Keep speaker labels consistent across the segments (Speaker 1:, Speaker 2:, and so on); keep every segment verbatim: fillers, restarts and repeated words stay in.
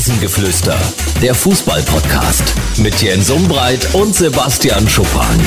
Speaker 1: Rasengeflüster, der Fußball-Podcast mit Jens Umbreit und Sebastian Schuppan.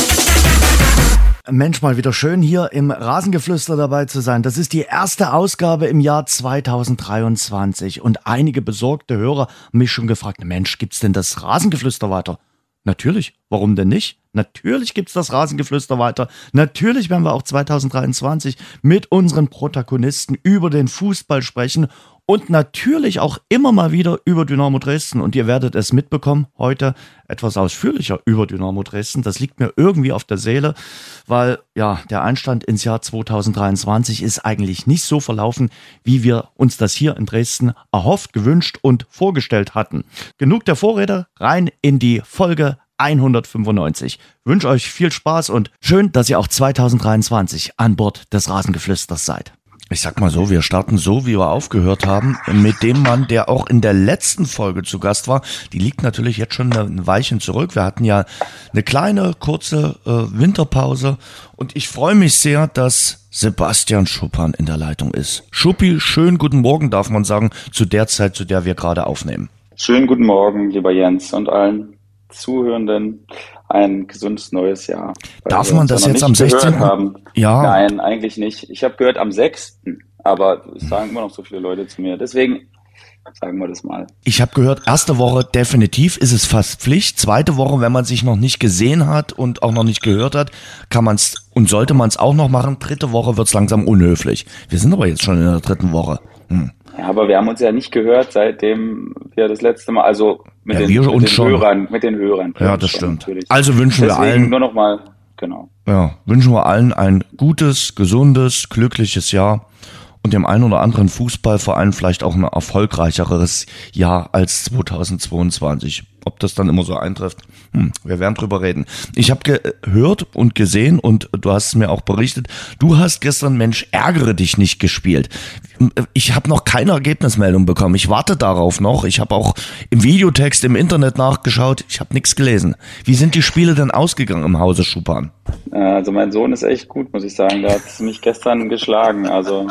Speaker 2: Mensch, mal wieder schön hier im Rasengeflüster dabei zu sein. Das ist die erste Ausgabe im Jahr zweitausenddreiundzwanzig und einige besorgte Hörer haben mich schon gefragt, Mensch, gibt's denn das Rasengeflüster weiter? Natürlich, warum denn nicht? Natürlich gibt's das Rasengeflüster weiter. Natürlich werden wir auch zweitausenddreiundzwanzig mit unseren Protagonisten über den Fußball sprechen und natürlich auch immer mal wieder über Dynamo Dresden. Und ihr werdet es mitbekommen, heute etwas ausführlicher über Dynamo Dresden. Das liegt mir irgendwie auf der Seele, weil ja der Einstand ins Jahr zweitausenddreiundzwanzig ist eigentlich nicht so verlaufen, wie wir uns das hier in Dresden erhofft, gewünscht und vorgestellt hatten. Genug der Vorrede, rein in die Folge hundertfünfundneunzig. Ich wünsche euch viel Spaß und schön, dass ihr auch zweitausenddreiundzwanzig an Bord des Rasengeflüsters seid. Ich sag mal so, wir starten so, wie wir aufgehört haben, mit dem Mann, der auch in der letzten Folge zu Gast war. Die liegt natürlich jetzt schon ein Weilchen zurück. Wir hatten ja eine kleine, kurze äh, Winterpause und ich freue mich sehr, dass Sebastian Schuppan in der Leitung ist. Schuppi, schönen guten Morgen, darf man sagen, zu der Zeit, zu der wir gerade aufnehmen.
Speaker 3: Schönen guten Morgen, lieber Jens und allen Zuhörenden, ein gesundes neues Jahr.
Speaker 2: Darf man das jetzt am sechzehnten
Speaker 3: haben.
Speaker 2: Ja.
Speaker 3: Nein, eigentlich nicht. Ich habe gehört am sechsten aber es sagen immer noch so viele Leute zu mir. Deswegen sagen wir das mal.
Speaker 2: Ich habe gehört, erste Woche definitiv ist es fast Pflicht. Zweite Woche, wenn man sich noch nicht gesehen hat und auch noch nicht gehört hat, kann man es und sollte man es auch noch machen. Dritte Woche wird es langsam unhöflich. Wir sind aber jetzt schon in der dritten Woche. Hm.
Speaker 3: Ja, aber wir haben uns ja nicht gehört, seitdem wir das letzte Mal, also mit,
Speaker 2: ja,
Speaker 3: den,
Speaker 2: wir
Speaker 3: mit den
Speaker 2: schon.
Speaker 3: Hörern, mit den Hörern.
Speaker 2: Ja, das
Speaker 3: schon,
Speaker 2: stimmt.
Speaker 3: Natürlich.
Speaker 2: Also wünschen
Speaker 3: Deswegen
Speaker 2: wir allen
Speaker 3: nur noch mal, genau.
Speaker 2: Ja, wünschen wir allen ein gutes, gesundes, glückliches Jahr und dem einen oder anderen Fußballverein vielleicht auch ein erfolgreicheres Jahr als zweitausendzweiundzwanzig. Ob das dann immer so eintrifft, hm, wir werden drüber reden. Ich habe gehört und gesehen und du hast es mir auch berichtet, du hast gestern Mensch, ärgere dich nicht gespielt. Ich habe noch keine Ergebnismeldung bekommen. Ich warte darauf noch. Ich habe auch im Videotext im Internet nachgeschaut. Ich habe nichts gelesen. Wie sind die Spiele denn ausgegangen im Hause Schuppan?
Speaker 3: Also mein Sohn ist echt gut, muss ich sagen. Der hat mich gestern geschlagen. Also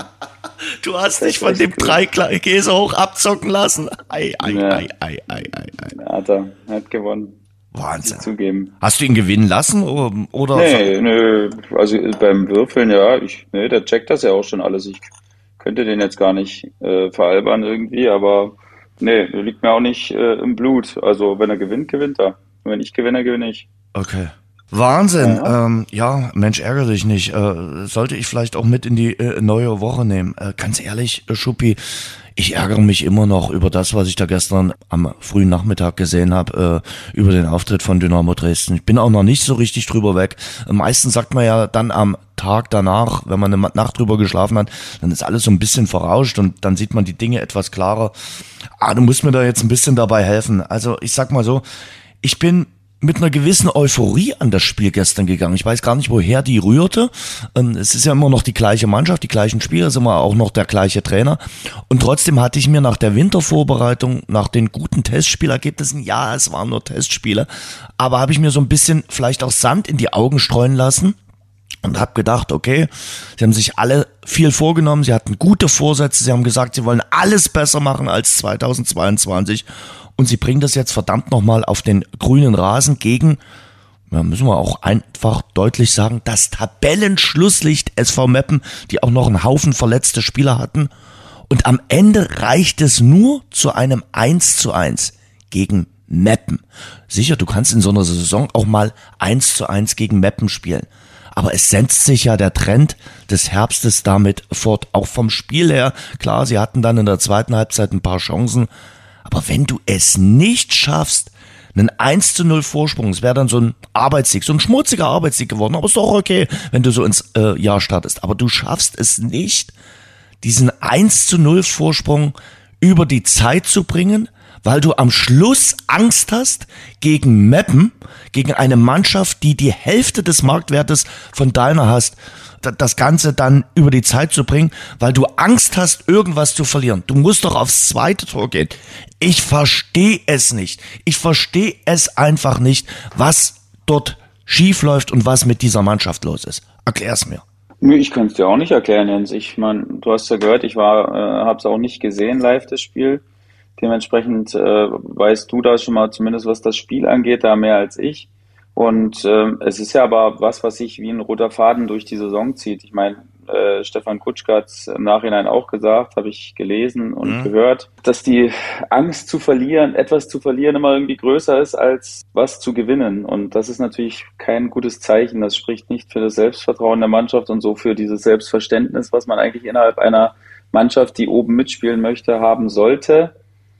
Speaker 2: du hast dich von dem Dreikäse hoch abzocken lassen. Ei, ei,
Speaker 3: ja.
Speaker 2: ei, ei, ei, ei, ei.
Speaker 3: Hat er, er hat gewonnen.
Speaker 2: Wahnsinn.
Speaker 3: Zugeben.
Speaker 2: Hast du ihn gewinnen lassen oder? oder
Speaker 3: nee, nee, also beim Würfeln, ja, ich, nee, der checkt das ja auch schon alles. Ich könnte den jetzt gar nicht äh, veralbern irgendwie, aber nee, liegt mir auch nicht äh, im Blut. Also wenn er gewinnt, gewinnt er. Und wenn ich gewinne, gewinne ich.
Speaker 2: Okay. Wahnsinn.
Speaker 3: Ja,
Speaker 2: ähm, ja Mensch, ärgere dich nicht. Äh, sollte ich vielleicht auch mit in die äh, neue Woche nehmen. Äh, ganz ehrlich, äh, Schuppi, ich ärgere mich immer noch über das, was ich da gestern am frühen Nachmittag gesehen habe, äh, über den Auftritt von Dynamo Dresden. Ich bin auch noch nicht so richtig drüber weg. Äh, meistens sagt man ja dann am Tag danach, wenn man eine Nacht drüber geschlafen hat, dann ist alles so ein bisschen verrauscht und dann sieht man die Dinge etwas klarer. Ah, du musst mir da jetzt ein bisschen dabei helfen. Also ich sag mal so, ich bin mit einer gewissen Euphorie an das Spiel gestern gegangen. Ich weiß gar nicht, woher die rührte. Es ist ja immer noch die gleiche Mannschaft, die gleichen Spieler, ist immer auch noch der gleiche Trainer. Und trotzdem hatte ich mir nach der Wintervorbereitung, nach den guten Testspielergebnissen, ja, es waren nur Testspiele, aber habe ich mir so ein bisschen vielleicht auch Sand in die Augen streuen lassen und habe gedacht, okay, sie haben sich alle viel vorgenommen, sie hatten gute Vorsätze, sie haben gesagt, sie wollen alles besser machen als zweitausendzweiundzwanzig. Und sie bringen das jetzt verdammt nochmal auf den grünen Rasen gegen, ja, müssen wir auch einfach deutlich sagen, das Tabellenschlusslicht S V Meppen, die auch noch einen Haufen verletzte Spieler hatten. Und am Ende reicht es nur zu einem eins zu eins gegen Meppen. Sicher, du kannst in so einer Saison auch mal eins zu eins gegen Meppen spielen. Aber es setzt sich ja der Trend des Herbstes damit fort, auch vom Spiel her. Klar, sie hatten dann in der zweiten Halbzeit ein paar Chancen. Aber wenn du es nicht schaffst, einen eins zu null Vorsprung, es wäre dann so ein Arbeitssieg, so ein schmutziger Arbeitssieg geworden, aber ist doch okay, wenn du so ins äh, Jahr startest. Aber du schaffst es nicht, diesen eins zu null Vorsprung über die Zeit zu bringen, weil du am Schluss Angst hast gegen Meppen, gegen eine Mannschaft, die die Hälfte des Marktwertes von deiner hast, das Ganze dann über die Zeit zu bringen, weil du Angst hast, irgendwas zu verlieren. Du musst doch aufs zweite Tor gehen. Ich verstehe es nicht. Ich verstehe es einfach nicht, was dort schief läuft und was mit dieser Mannschaft los ist. Erklär's mir.
Speaker 3: Nö, ich kann es dir auch nicht erklären, Jens. Ich meine, du hast ja gehört, ich war, äh, habe es auch nicht gesehen live, das Spiel. Dementsprechend äh, weißt du da schon mal zumindest, was das Spiel angeht, da mehr als ich. Und ähm, es ist ja aber was, was sich wie ein roter Faden durch die Saison zieht. Ich meine, äh, Stefan Kutschke hat es im Nachhinein auch gesagt, habe ich gelesen und mhm. gehört, dass die Angst zu verlieren, etwas zu verlieren, immer irgendwie größer ist, als was zu gewinnen. Und das ist natürlich kein gutes Zeichen. Das spricht nicht für das Selbstvertrauen der Mannschaft und so für dieses Selbstverständnis, was man eigentlich innerhalb einer Mannschaft, die oben mitspielen möchte, haben sollte.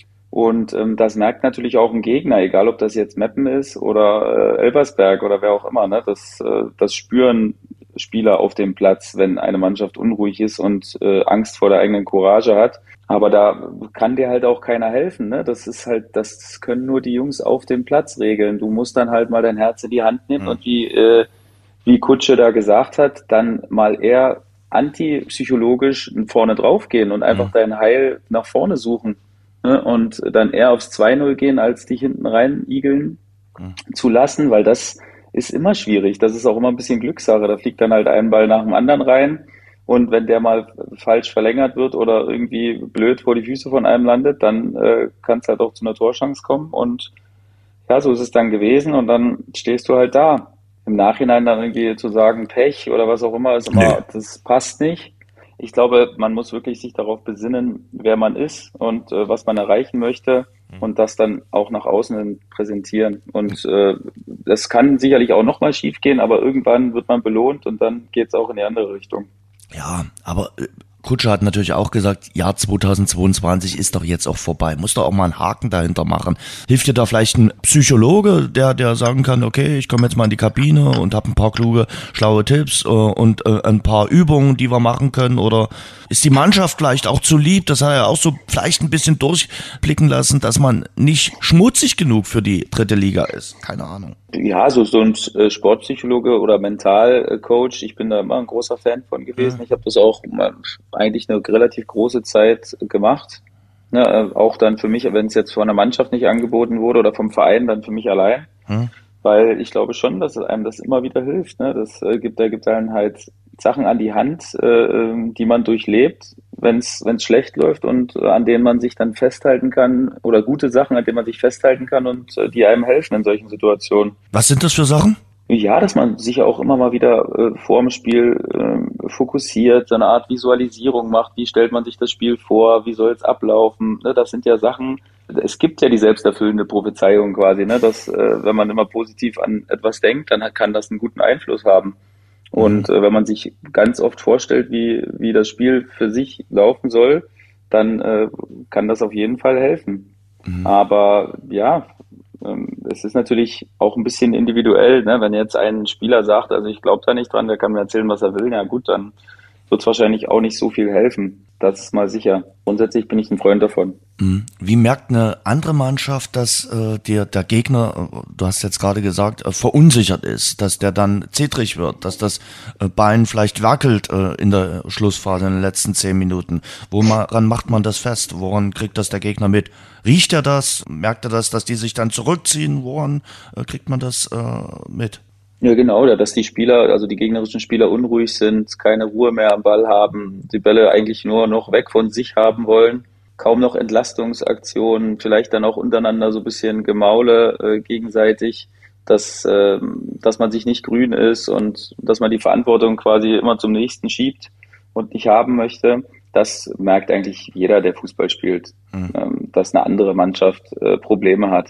Speaker 3: Und ähm, das merkt natürlich auch ein Gegner, egal ob das jetzt Meppen ist oder äh, Elversberg oder wer auch immer. Ne? Das, äh, das spüren Spieler auf dem Platz, wenn eine Mannschaft unruhig ist und äh, Angst vor der eigenen Courage hat. Aber da kann dir halt auch keiner helfen. Ne? Das ist halt, das können nur die Jungs auf dem Platz regeln. Du musst dann halt mal dein Herz in die Hand nehmen mhm. und wie, äh, wie Kutsche da gesagt hat, dann mal eher antipsychologisch vorne drauf gehen und einfach mhm. dein Heil nach vorne suchen. Und dann eher aufs zwei null gehen, als dich hinten rein igeln mhm. zu lassen, weil das ist immer schwierig. Das ist auch immer ein bisschen Glückssache. Da fliegt dann halt ein Ball nach dem anderen rein und wenn der mal falsch verlängert wird oder irgendwie blöd vor die Füße von einem landet, dann äh, kann es halt auch zu einer Torchance kommen und ja, so ist es dann gewesen und dann stehst du halt da. Im Nachhinein dann irgendwie zu sagen, Pech oder was auch immer, ist immer, nee. Das passt nicht. Ich glaube, man muss wirklich sich darauf besinnen, wer man ist und äh, was man erreichen möchte und das dann auch nach außen hin präsentieren. Und äh, das kann sicherlich auch nochmal schief gehen, aber irgendwann wird man belohnt und dann geht es auch in die andere Richtung.
Speaker 2: Ja, aber äh, Kutsche hat natürlich auch gesagt, Jahr zweitausendzweiundzwanzig ist doch jetzt auch vorbei. Muss doch auch mal einen Haken dahinter machen. Hilft dir da vielleicht ein Psychologe, der der sagen kann, okay, ich komme jetzt mal in die Kabine und habe ein paar kluge, schlaue Tipps äh, und äh, ein paar Übungen, die wir machen können? Oder ist die Mannschaft vielleicht auch zu lieb? Das hat er auch so vielleicht ein bisschen durchblicken lassen, dass man nicht schmutzig genug für die dritte Liga ist. Keine Ahnung.
Speaker 3: Ja, so, so ein Sportpsychologe oder Mentalcoach, ich bin da immer ein großer Fan von gewesen. Ich habe das auch eigentlich eine relativ große Zeit gemacht. Ne, auch dann für mich, wenn es jetzt von der Mannschaft nicht angeboten wurde oder vom Verein, dann für mich allein. Hm. Weil ich glaube schon, dass einem das immer wieder hilft. Ne? Das äh, gibt, da gibt einem halt Sachen an die Hand, äh, die man durchlebt, wenn es wenn es schlecht läuft und äh, an denen man sich dann festhalten kann oder gute Sachen, an denen man sich festhalten kann und äh, die einem helfen in solchen Situationen.
Speaker 2: Was sind das für Sachen?
Speaker 3: Ja, dass man sich auch immer mal wieder äh, vor dem Spiel äh, fokussiert, so eine Art Visualisierung macht. Wie stellt man sich das Spiel vor? Wie soll es ablaufen? Ne, das sind ja Sachen, es gibt ja die selbsterfüllende Prophezeiung quasi, ne, dass äh, wenn man immer positiv an etwas denkt, dann kann das einen guten Einfluss haben. Und äh, wenn man sich ganz oft vorstellt, wie wie das Spiel für sich laufen soll, dann äh, kann das auf jeden Fall helfen. Mhm. Aber ja, ähm, es ist natürlich auch ein bisschen individuell, ne? Wenn jetzt ein Spieler sagt, also ich glaube da nicht dran, der kann mir erzählen, was er will, ja gut, dann wird es wahrscheinlich auch nicht so viel helfen. Das ist mal sicher. Grundsätzlich bin ich ein Freund davon.
Speaker 2: Wie merkt eine andere Mannschaft, dass äh, der, der Gegner, äh, du hast jetzt gerade gesagt, äh, verunsichert ist, dass der dann zittrig wird, dass das äh, Bein vielleicht wackelt äh, in der Schlussphase, in den letzten zehn Minuten? Woran macht man das fest? Woran kriegt das der Gegner mit? Riecht er das? Merkt er das, dass die sich dann zurückziehen? Woran äh, kriegt man das äh, mit?
Speaker 3: Ja, genau, dass die Spieler, also die gegnerischen Spieler unruhig sind, keine Ruhe mehr am Ball haben, die Bälle eigentlich nur noch weg von sich haben wollen, kaum noch Entlastungsaktionen, vielleicht dann auch untereinander so ein bisschen Gemaule äh, gegenseitig, dass, äh, dass man sich nicht grün ist und dass man die Verantwortung quasi immer zum Nächsten schiebt und nicht haben möchte. Das merkt eigentlich jeder, der Fußball spielt, mhm. ähm, dass eine andere Mannschaft äh, Probleme hat.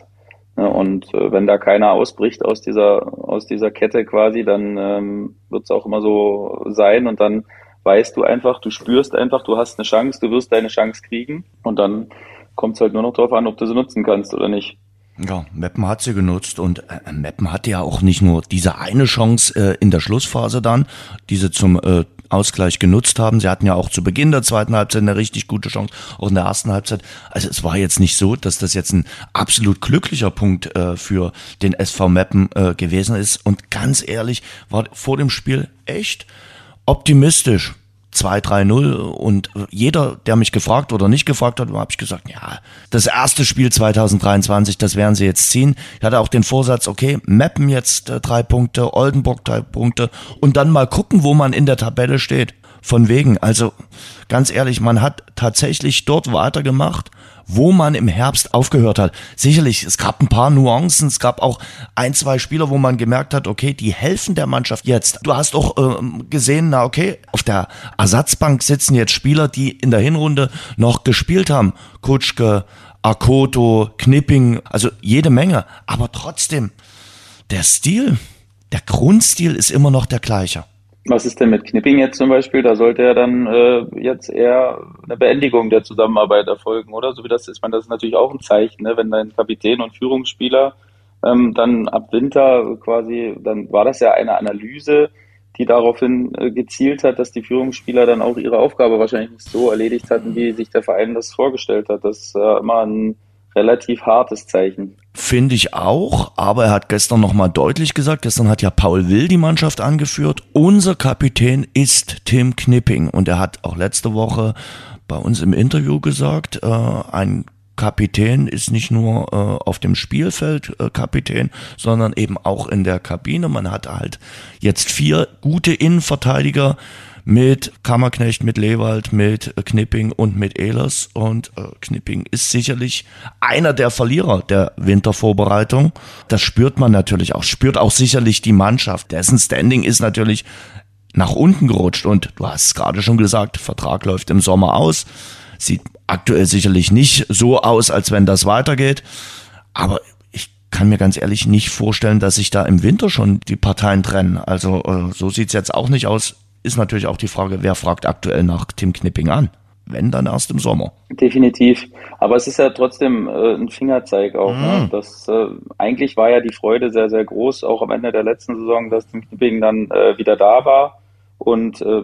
Speaker 3: Und äh, wenn da keiner ausbricht aus dieser aus dieser Kette quasi, dann ähm, wird es auch immer so sein und dann weißt du einfach, du spürst einfach, du hast eine Chance, du wirst deine Chance kriegen und dann kommt es halt nur noch darauf an, ob du sie nutzen kannst oder nicht.
Speaker 2: Ja, Meppen hat sie genutzt und äh, Meppen hatte ja auch nicht nur diese eine Chance äh, in der Schlussphase dann, die sie zum äh, Ausgleich genutzt haben. Sie hatten ja auch zu Beginn der zweiten Halbzeit eine richtig gute Chance, auch in der ersten Halbzeit. Also es war jetzt nicht so, dass das jetzt ein absolut glücklicher Punkt äh, für den S V Meppen äh, gewesen ist. Und ganz ehrlich, war vor dem Spiel echt optimistisch. zwei drei null und jeder, der mich gefragt oder nicht gefragt hat, habe ich gesagt, ja, das erste Spiel zwanzig dreiundzwanzig, das werden sie jetzt ziehen. Ich hatte auch den Vorsatz, okay, Meppen jetzt äh, drei Punkte, Oldenburg drei Punkte und dann mal gucken, wo man in der Tabelle steht. Von wegen, also ganz ehrlich, man hat tatsächlich dort weitergemacht, wo man im Herbst aufgehört hat. Sicherlich, es gab ein paar Nuancen, es gab auch ein, zwei Spieler, wo man gemerkt hat, okay, die helfen der Mannschaft jetzt. Du hast auch äh, gesehen, na okay, auf der Ersatzbank sitzen jetzt Spieler, die in der Hinrunde noch gespielt haben. Kutschke, Akoto, Knipping, also jede Menge. Aber trotzdem, der Stil, der Grundstil ist immer noch der gleiche.
Speaker 3: Was ist denn mit Knipping jetzt zum Beispiel? Da sollte ja dann äh, jetzt eher eine Beendigung der Zusammenarbeit erfolgen, oder? So wie das ist, man, das ist natürlich auch ein Zeichen, ne? Wenn dein Kapitän und Führungsspieler ähm, dann ab Winter quasi, dann war das ja eine Analyse, die daraufhin äh, gezielt hat, dass die Führungsspieler dann auch ihre Aufgabe wahrscheinlich nicht so erledigt hatten, wie sich der Verein das vorgestellt hat. Das ist äh, immer ein relativ hartes Zeichen.
Speaker 2: Finde ich auch, aber er hat gestern nochmal deutlich gesagt, gestern hat ja Paul Will die Mannschaft angeführt, unser Kapitän ist Tim Knipping und er hat auch letzte Woche bei uns im Interview gesagt, äh, ein Kapitän ist nicht nur äh, auf dem Spielfeld äh, Kapitän, sondern eben auch in der Kabine. Man hat halt jetzt vier gute Innenverteidiger mit Kammerknecht, mit Lewald, mit Knipping und mit Ehlers. Und äh, Knipping ist sicherlich einer der Verlierer der Wintervorbereitung. Das spürt man natürlich auch, spürt auch sicherlich die Mannschaft. Dessen Standing ist natürlich nach unten gerutscht. Und du hast es gerade schon gesagt, Vertrag läuft im Sommer aus. Sieht aktuell sicherlich nicht so aus, als wenn das weitergeht. Aber ich kann mir ganz ehrlich nicht vorstellen, dass sich da im Winter schon die Parteien trennen. Also äh, so sieht's jetzt auch nicht aus. Ist natürlich auch die Frage, wer fragt aktuell nach Tim Knipping an? Wenn, dann erst im Sommer.
Speaker 3: Definitiv. Aber es ist ja trotzdem äh, ein Fingerzeig auch. Mm. Ne? Das, äh, eigentlich war ja die Freude sehr, sehr groß, auch am Ende der letzten Saison, dass Tim Knipping dann äh, wieder da war. Und äh,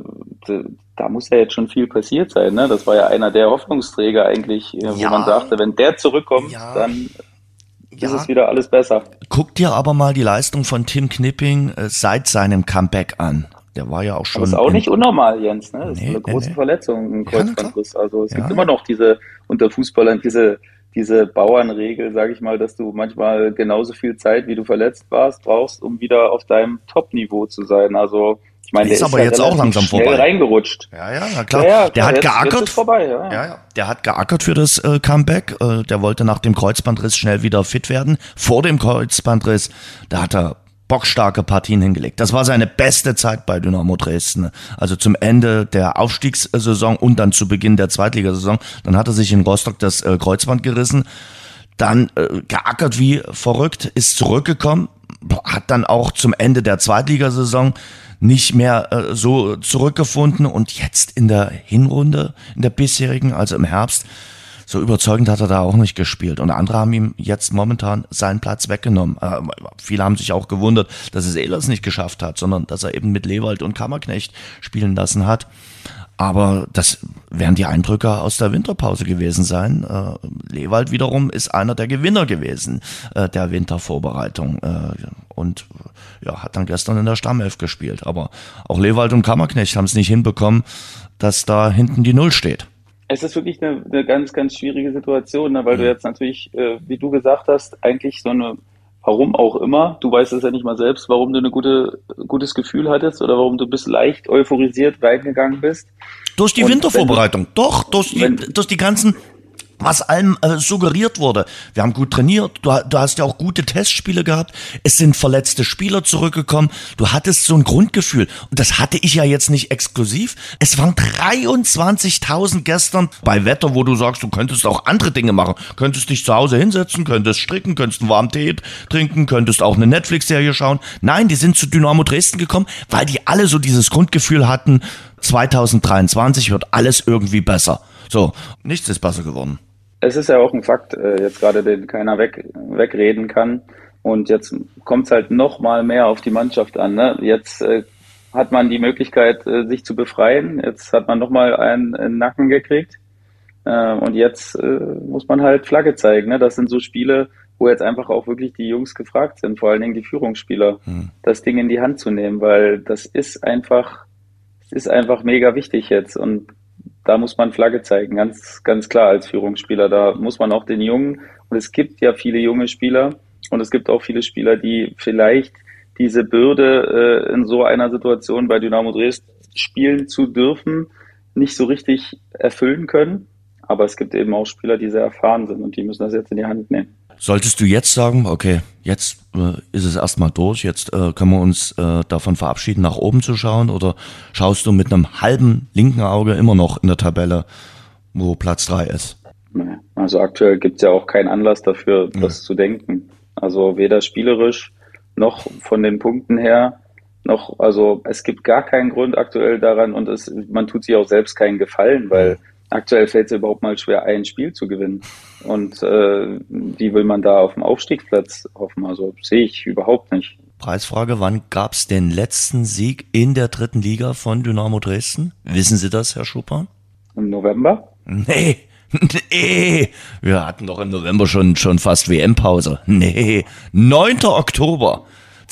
Speaker 3: da muss ja jetzt schon viel passiert sein. Ne? Das war ja einer der Hoffnungsträger eigentlich, äh, wo ja. man sagte, wenn der zurückkommt, ja. dann ist ja. es wieder alles besser.
Speaker 2: Guck dir aber mal die Leistung von Tim Knipping äh, seit seinem Comeback an. Der war ja auch schon.
Speaker 3: Das ist auch nicht unnormal, Jens, ne? Das nee, ist eine große nee. Verletzung, ein Kreuzbandriss. Ja, also es ja. gibt immer noch diese, unter Fußballern, diese, diese Bauernregel, sage ich mal, dass du manchmal genauso viel Zeit, wie du verletzt warst, brauchst, um wieder auf deinem Top-Niveau zu sein. Also, ich meine, der ist,
Speaker 2: ist aber
Speaker 3: ja
Speaker 2: jetzt auch langsam
Speaker 3: schnell
Speaker 2: vorbei.
Speaker 3: reingerutscht.
Speaker 2: Ja, ja, na klar. Ja, ja, der hat jetzt, geackert.
Speaker 3: Jetzt ist vorbei, ja.
Speaker 2: Ja, ja. Der hat geackert für das äh, Comeback. Äh, der wollte nach dem Kreuzbandriss schnell wieder fit werden. Vor dem Kreuzbandriss, da hat er bockstarke Partien hingelegt. Das war seine beste Zeit bei Dynamo Dresden. Also zum Ende der Aufstiegssaison und dann zu Beginn der Zweitligasaison. Dann hat er sich in Rostock das äh, Kreuzband gerissen. Dann äh, geackert wie verrückt, ist zurückgekommen, hat dann auch zum Ende der Zweitligasaison nicht mehr äh, so zurückgefunden und jetzt in der Hinrunde, in der bisherigen, also im Herbst, so überzeugend hat er da auch nicht gespielt. Und andere haben ihm jetzt momentan seinen Platz weggenommen. Äh, viele haben sich auch gewundert, dass es Ehlers nicht geschafft hat, sondern dass er eben mit Lewald und Kammerknecht spielen lassen hat. Aber das werden die Eindrücke aus der Winterpause gewesen sein. Äh, Lewald wiederum ist einer der Gewinner gewesen äh, der Wintervorbereitung äh, und ja, hat dann gestern in der Stammelf gespielt. Aber auch Lewald und Kammerknecht haben es nicht hinbekommen, dass da hinten die Null steht.
Speaker 3: Es ist wirklich eine, eine ganz, ganz schwierige Situation, ne? Weil du jetzt natürlich, äh, wie du gesagt hast, eigentlich so eine, warum auch immer, du weißt es ja nicht mal selbst, warum du ein gute, gutes Gefühl hattest oder warum du bis leicht euphorisiert reingegangen bist.
Speaker 2: Durch die Und Wintervorbereitung, du, doch, durch die, wenn, durch die ganzen, was allem äh, suggeriert wurde. Wir haben gut trainiert, du, du hast ja auch gute Testspiele gehabt, es sind verletzte Spieler zurückgekommen, du hattest so ein Grundgefühl und das hatte ich ja jetzt nicht exklusiv. Es waren dreiundzwanzigtausend gestern bei Wetter, wo du sagst, du könntest auch andere Dinge machen, könntest dich zu Hause hinsetzen, könntest stricken, könntest einen warmen Tee trinken, könntest auch eine Netflix-Serie schauen. Nein, die sind zu Dynamo Dresden gekommen, weil die alle so dieses Grundgefühl hatten, zwanzig dreiundzwanzig wird alles irgendwie besser. So, nichts ist besser geworden.
Speaker 3: Es ist ja auch ein Fakt, jetzt gerade, den keiner weg, wegreden kann. Und jetzt kommt es halt noch mal mehr auf die Mannschaft an. Ne? Jetzt äh, hat man die Möglichkeit, äh, sich zu befreien. Jetzt hat man noch mal einen, einen Nacken gekriegt. Äh, und jetzt äh, muss man halt Flagge zeigen. Ne? Das sind so Spiele, wo jetzt einfach auch wirklich die Jungs gefragt sind, vor allen Dingen die Führungsspieler, hm. das Ding in die Hand zu nehmen. Weil das ist einfach, es ist einfach mega wichtig jetzt. Und da muss man Flagge zeigen, ganz, ganz klar als Führungsspieler. Da muss man auch den Jungen, und es gibt ja viele junge Spieler und es gibt auch viele Spieler, die vielleicht diese Bürde äh, in so einer Situation bei Dynamo Dresden spielen zu dürfen, nicht so richtig erfüllen können. Aber es gibt eben auch Spieler, die sehr erfahren sind und die müssen das jetzt in die Hand nehmen.
Speaker 2: Solltest du jetzt sagen, okay, jetzt äh, ist es erstmal durch, jetzt äh, können wir uns äh, davon verabschieden, nach oben zu schauen, oder schaust du mit einem halben linken Auge immer noch in der Tabelle, wo Platz drei ist?
Speaker 3: Also aktuell gibt es ja auch keinen Anlass dafür, das ja. zu denken. Also weder spielerisch noch von den Punkten her, noch, also es gibt gar keinen Grund aktuell daran und es, man tut sich auch selbst keinen Gefallen, weil aktuell fällt es überhaupt mal schwer, ein Spiel zu gewinnen. Und äh, wie will man da auf dem Aufstiegsplatz hoffen? Also sehe ich überhaupt nicht.
Speaker 2: Preisfrage, wann gab es den letzten Sieg in der dritten Liga von Dynamo Dresden? Wissen Sie das, Herr Schuppan?
Speaker 3: Im November?
Speaker 2: Nee, nee. Wir hatten doch im November schon, schon fast W M-Pause. Nee, neunter Oktober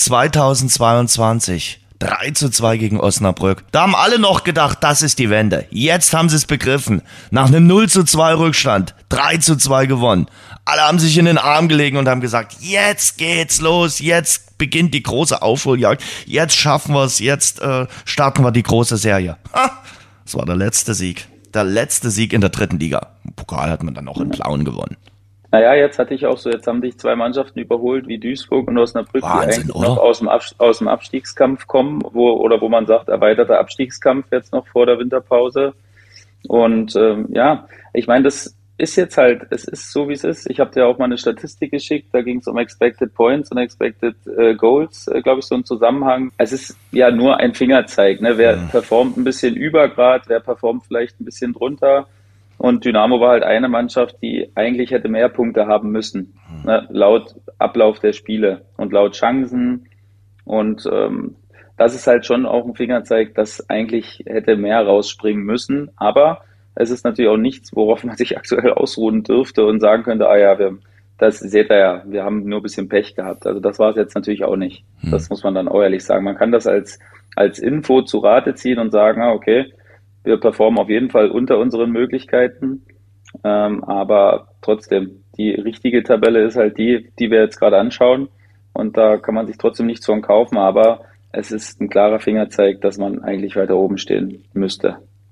Speaker 2: zweitausendzweiundzwanzig. drei zu zwei gegen Osnabrück. Da haben alle noch gedacht, das ist die Wende. Jetzt haben sie es begriffen. Nach einem null zu zwei Rückstand, drei zu zwei gewonnen. Alle haben sich in den Arm gelegen und haben gesagt, jetzt geht's los, jetzt beginnt die große Aufholjagd, jetzt schaffen wir es, jetzt äh, starten wir die große Serie. Ha, das war der letzte Sieg. Der letzte Sieg in der dritten Liga. Im Pokal hat man dann auch in Plauen gewonnen.
Speaker 3: Naja, jetzt hatte ich auch so, jetzt haben dich zwei Mannschaften überholt, wie Duisburg und Osnabrück,
Speaker 2: Wahnsinn,
Speaker 3: die eigentlich
Speaker 2: oder?
Speaker 3: noch aus dem, Ab- aus dem Abstiegskampf kommen, wo, oder wo man sagt, erweiterter Abstiegskampf jetzt noch vor der Winterpause. Und ähm, ja, ich meine, das ist jetzt halt, es ist so, wie es ist. Ich habe dir auch mal eine Statistik geschickt, da ging es um Expected Points und Expected äh, Goals, äh, glaube ich, so ein Zusammenhang. Es ist ja nur ein Fingerzeig, ne? Wer mhm. performt ein bisschen über Grad, wer performt vielleicht ein bisschen drunter. Und Dynamo war halt eine Mannschaft, die eigentlich hätte mehr Punkte haben müssen, mhm. ne, laut Ablauf der Spiele und laut Chancen. Und ähm, das ist halt schon auch ein Fingerzeig, dass eigentlich hätte mehr rausspringen müssen. Aber es ist natürlich auch nichts, worauf man sich aktuell ausruhen dürfte und sagen könnte, ah ja, wir, das seht ihr ja, wir haben nur ein bisschen Pech gehabt. Also das war es jetzt natürlich auch nicht. Mhm. Das muss man dann auch ehrlich sagen. Man kann das als, als Info zu Rate ziehen und sagen, ah, okay, wir performen auf jeden Fall unter unseren Möglichkeiten, ähm, aber trotzdem, die richtige Tabelle ist halt die, die wir jetzt gerade anschauen und da kann man sich trotzdem nichts von kaufen, aber es ist ein klarer Fingerzeig, dass man eigentlich weiter oben stehen müsste.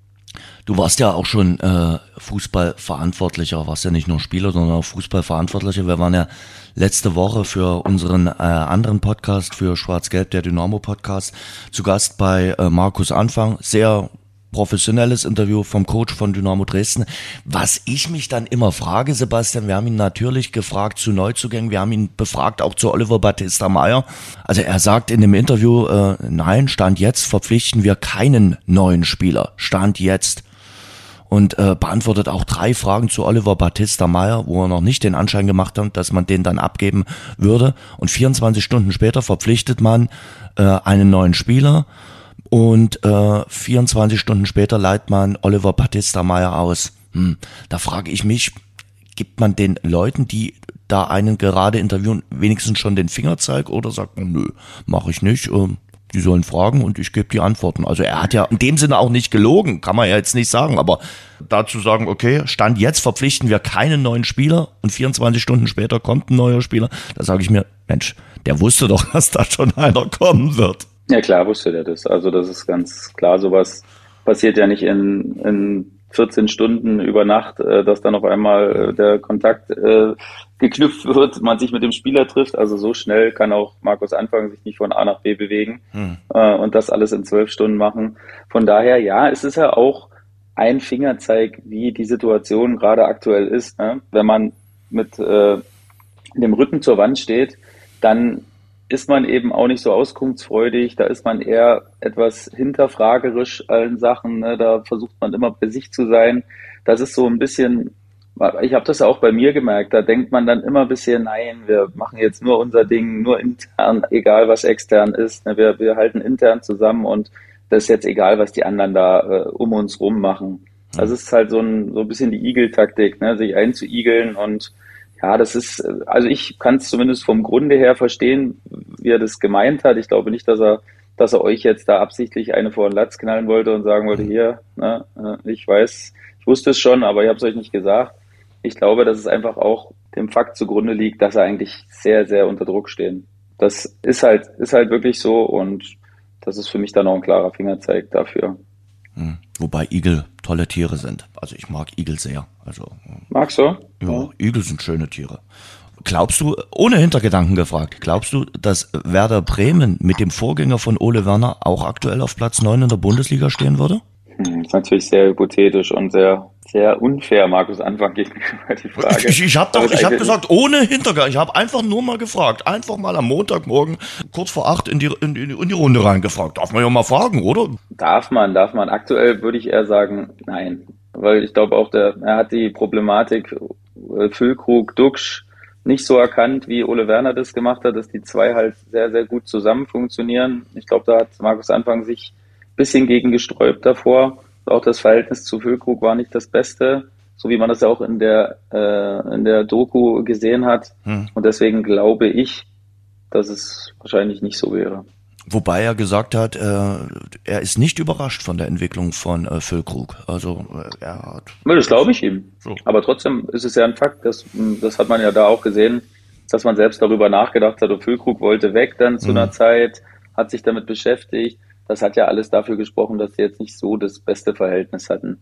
Speaker 2: Du warst ja auch schon äh, Fußballverantwortlicher, warst ja nicht nur Spieler, sondern auch Fußballverantwortlicher. Wir waren ja letzte Woche für unseren äh, anderen Podcast, für Schwarz-Gelb, der Dynamo-Podcast, zu Gast bei äh, Markus Anfang. Sehr professionelles Interview vom Coach von Dynamo Dresden. Was ich mich dann immer frage, Sebastian, wir haben ihn natürlich gefragt zu Neuzugängen, wir haben ihn befragt auch zu Oliver Battista Meyer. Also er sagt in dem Interview, äh, nein, Stand jetzt verpflichten wir keinen neuen Spieler. Stand jetzt. Und äh, beantwortet auch drei Fragen zu Oliver Battista Meyer, wo er noch nicht den Anschein gemacht hat, dass man den dann abgeben würde. Und vierundzwanzig Stunden später verpflichtet man äh, einen neuen Spieler. Und äh, vierundzwanzig Stunden später leiht man Oliver Battista Meyer aus. Hm, da frage ich mich, gibt man den Leuten, die da einen gerade interviewen, wenigstens schon den Fingerzeig oder sagt man, nö, mache ich nicht, äh, die sollen fragen und ich gebe die Antworten. Also er hat ja in dem Sinne auch nicht gelogen, kann man ja jetzt nicht sagen, aber dazu sagen, okay, Stand jetzt verpflichten wir keinen neuen Spieler und vierundzwanzig Stunden später kommt ein neuer Spieler, da sage ich mir, Mensch, der wusste doch, dass da schon einer kommen wird.
Speaker 3: Ja klar wusste der das. Also das ist ganz klar, sowas passiert ja nicht in, in vierzehn Stunden über Nacht, äh, dass dann auf einmal äh, der Kontakt äh, geknüpft wird, man sich mit dem Spieler trifft. Also so schnell kann auch Markus Anfang sich nicht von A nach B bewegen hm. äh, und das alles in zwölf Stunden machen. Von daher, ja, es ist ja auch ein Fingerzeig, wie die Situation gerade aktuell ist. Ne? Wenn man mit äh, dem Rücken zur Wand steht, dann ist man eben auch nicht so auskunftsfreudig, da ist man eher etwas hinterfragerisch allen Sachen, ne? Da versucht man immer bei sich zu sein. Das ist so ein bisschen, ich habe das auch bei mir gemerkt, da denkt man dann immer ein bisschen, nein, wir machen jetzt nur unser Ding, nur intern, egal was extern ist, ne? wir, wir halten intern zusammen und das ist jetzt egal, was die anderen da äh, um uns rum machen. Das ist halt so ein, so ein bisschen die Igel-Taktik, ne? Sich einzuigeln und ja, das ist, also ich kann es zumindest vom Grunde her verstehen, wie er das gemeint hat. Ich glaube nicht, dass er, dass er euch jetzt da absichtlich eine vor den Latz knallen wollte und sagen wollte, hier, ne, ich weiß, ich wusste es schon, aber ich habe es euch nicht gesagt. Ich glaube, dass es einfach auch dem Fakt zugrunde liegt, dass er eigentlich sehr, sehr unter Druck stehen. Das ist halt, ist halt wirklich so und das ist für mich dann auch ein klarer Fingerzeig dafür.
Speaker 2: Hm. Wobei Igel tolle Tiere sind. Also ich mag Igel sehr. Also,
Speaker 3: Magst du?
Speaker 2: Ja, ja, Igel sind schöne Tiere. Glaubst du, ohne Hintergedanken gefragt, glaubst du, dass Werder Bremen mit dem Vorgänger von Ole Werner auch aktuell auf Platz neun in der Bundesliga stehen würde?
Speaker 3: Hm, ist natürlich sehr hypothetisch und sehr, sehr unfair, Markus Anfang gegenüber die Frage.
Speaker 2: Ich, ich habe doch, ich habe gesagt, ohne Hintergedanken. Ich habe einfach nur mal gefragt. Einfach mal am Montagmorgen kurz vor acht in die, in, die, in die Runde reingefragt. Darf man ja mal fragen, oder?
Speaker 3: Darf man, darf man. Aktuell würde ich eher sagen, nein. Weil ich glaube auch, der, er hat die Problematik äh, Füllkrug, Duxch nicht so erkannt, wie Ole Werner das gemacht hat, dass die zwei halt sehr, sehr gut zusammen funktionieren. Ich glaube, da hat Markus Anfang sich ein bisschen gegen gesträubt davor. Auch das Verhältnis zu Füllkrug war nicht das Beste, so wie man das ja auch in der, äh, in der Doku gesehen hat. Hm. Und deswegen glaube ich, dass es wahrscheinlich nicht so wäre.
Speaker 2: Wobei er gesagt hat, äh, er ist nicht überrascht von der Entwicklung von äh, Füllkrug. Also äh, er hat.
Speaker 3: Das glaube ich ihm. So. Aber trotzdem ist es ja ein Fakt, dass, das hat man ja da auch gesehen, dass man selbst darüber nachgedacht hat, und Füllkrug wollte weg dann zu mhm. einer Zeit, hat sich damit beschäftigt. Das hat ja alles dafür gesprochen, dass sie jetzt nicht so das beste Verhältnis hatten.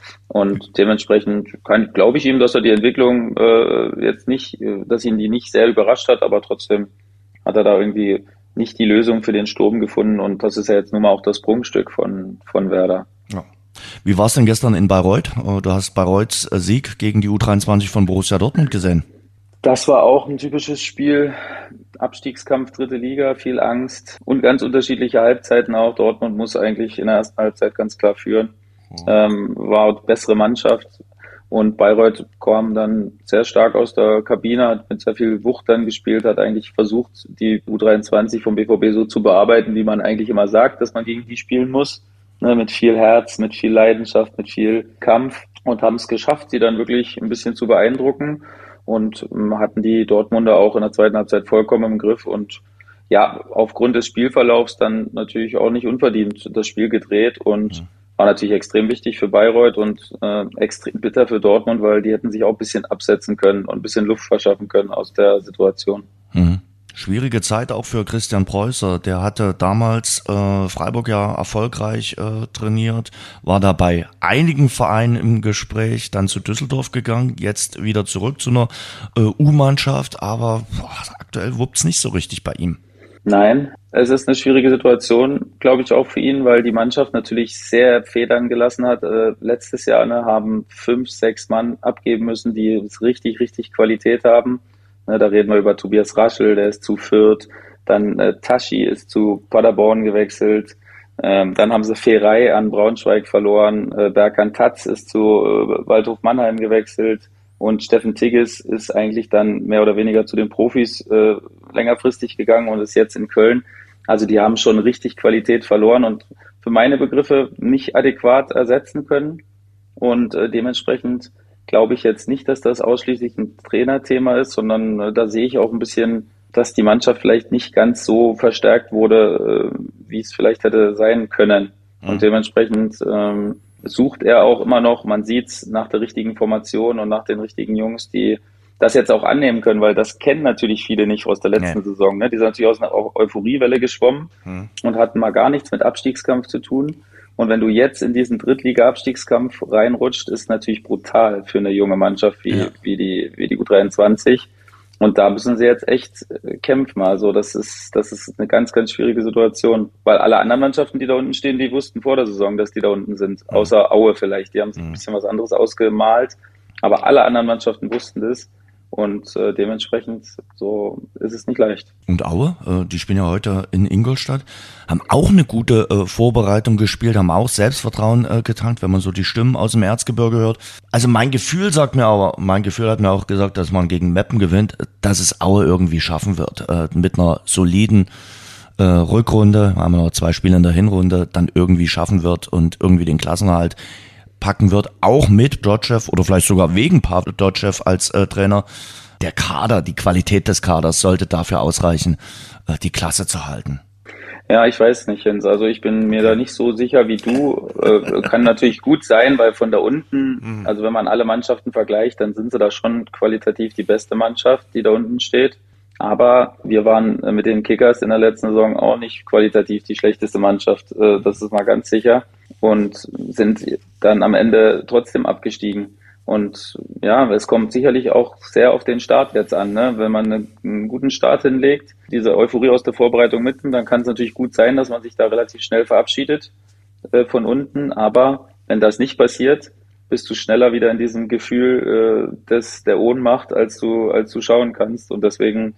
Speaker 3: Und dementsprechend kann, glaube ich ihm, dass er die Entwicklung äh, jetzt nicht, dass ihn die nicht sehr überrascht hat, aber trotzdem hat er da irgendwie nicht die Lösung für den Sturm gefunden, und das ist ja jetzt nun mal auch das Prunkstück von, von Werder.
Speaker 2: Ja. Wie war es denn gestern in Bayreuth? Du hast Bayreuths Sieg gegen die U dreiundzwanzig von Borussia Dortmund gesehen.
Speaker 3: Das war auch ein typisches Spiel. Abstiegskampf, dritte Liga, viel Angst und ganz unterschiedliche Halbzeiten auch. Dortmund muss eigentlich in der ersten Halbzeit ganz klar führen. Mhm. Ähm, war bessere Mannschaft. Und Bayreuth kam dann sehr stark aus der Kabine, hat mit sehr viel Wucht dann gespielt, hat eigentlich versucht, die U dreiundzwanzig vom B V B so zu bearbeiten, wie man eigentlich immer sagt, dass man gegen die spielen muss. Ne, mit viel Herz, mit viel Leidenschaft, mit viel Kampf, und haben es geschafft, sie dann wirklich ein bisschen zu beeindrucken, und ähm, hatten die Dortmunder auch in der zweiten Halbzeit vollkommen im Griff und ja, aufgrund des Spielverlaufs dann natürlich auch nicht unverdient das Spiel gedreht und mhm. war natürlich extrem wichtig für Bayreuth und äh, extrem bitter für Dortmund, weil die hätten sich auch ein bisschen absetzen können und ein bisschen Luft verschaffen können aus der Situation.
Speaker 2: Mhm. Schwierige Zeit auch für Christian Preußer. Der hatte damals äh, Freiburg ja erfolgreich äh, trainiert, war da bei einigen Vereinen im Gespräch, dann zu Düsseldorf gegangen, jetzt wieder zurück zu einer äh, U-Mannschaft, aber boah, aktuell wuppt's nicht so richtig bei ihm.
Speaker 3: Nein, es ist eine schwierige Situation, glaube ich, auch für ihn, weil die Mannschaft natürlich sehr Federn gelassen hat. Äh, letztes Jahr ne, haben fünf, sechs Mann abgeben müssen, die richtig, richtig Qualität haben. Ne, da reden wir über Tobias Raschel, der ist zu Fürth. Dann äh, Taschi ist zu Paderborn gewechselt. Ähm, dann haben sie Ferrei an Braunschweig verloren. Äh, Berkan Tatz ist zu äh, Waldhof Mannheim gewechselt. Und Steffen Tigges ist eigentlich dann mehr oder weniger zu den Profis äh, längerfristig gegangen und ist jetzt in Köln. Also die haben schon richtig Qualität verloren und für meine Begriffe nicht adäquat ersetzen können. Und äh, dementsprechend glaube ich jetzt nicht, dass das ausschließlich ein Trainerthema ist, sondern äh, da sehe ich auch ein bisschen, dass die Mannschaft vielleicht nicht ganz so verstärkt wurde, äh, wie es vielleicht hätte sein können. Mhm. Und dementsprechend ähm, sucht er auch immer noch, man sieht's nach der richtigen Formation und nach den richtigen Jungs, die das jetzt auch annehmen können, weil das kennen natürlich viele nicht aus der letzten nee. Saison. Ne? Die sind natürlich aus einer Euphoriewelle geschwommen hm. und hatten mal gar nichts mit Abstiegskampf zu tun. Und wenn du jetzt in diesen Drittliga-Abstiegskampf reinrutscht, ist natürlich brutal für eine junge Mannschaft wie, ja. wie die, wie die U dreiundzwanzig. Und da müssen sie jetzt echt kämpfen. Also das ist, das ist eine ganz, ganz schwierige Situation. Weil alle anderen Mannschaften, die da unten stehen, die wussten vor der Saison, dass die da unten sind. Mhm. Außer Aue vielleicht. Die haben sich ein bisschen was anderes ausgemalt. Aber alle anderen Mannschaften wussten das. Und äh, dementsprechend so ist es nicht leicht.
Speaker 2: Und Aue, äh, die spielen ja heute in Ingolstadt, haben auch eine gute äh, Vorbereitung gespielt, haben auch Selbstvertrauen äh, getankt, wenn man so die Stimmen aus dem Erzgebirge hört. Also mein Gefühl sagt mir aber, mein Gefühl hat mir auch gesagt, dass man gegen Meppen gewinnt, dass es Aue irgendwie schaffen wird. Äh, mit einer soliden äh, Rückrunde, haben wir noch zwei Spiele in der Hinrunde, dann irgendwie schaffen wird und irgendwie den Klassenerhalt packen wird, auch mit Dotschew oder vielleicht sogar wegen Pavel Dotschew als äh, Trainer. Der Kader, die Qualität des Kaders sollte dafür ausreichen, äh, die Klasse zu halten.
Speaker 3: Ja, ich weiß nicht, Jens. Also ich bin mir da nicht so sicher wie du. Äh, kann natürlich gut sein, weil von da unten, also wenn man alle Mannschaften vergleicht, dann sind sie da schon qualitativ die beste Mannschaft, die da unten steht. Aber wir waren mit den Kickers in der letzten Saison auch nicht qualitativ die schlechteste Mannschaft, das ist mal ganz sicher. Und sind dann am Ende trotzdem abgestiegen. Und ja, es kommt sicherlich auch sehr auf den Start jetzt an, ne? Wenn man einen, einen guten Start hinlegt, diese Euphorie aus der Vorbereitung mitnimmt, dann kann es natürlich gut sein, dass man sich da relativ schnell verabschiedet äh, von unten. Aber wenn das nicht passiert, bist du schneller wieder in diesem Gefühl äh, des, der Ohnmacht, als du, als du schauen kannst. Und deswegen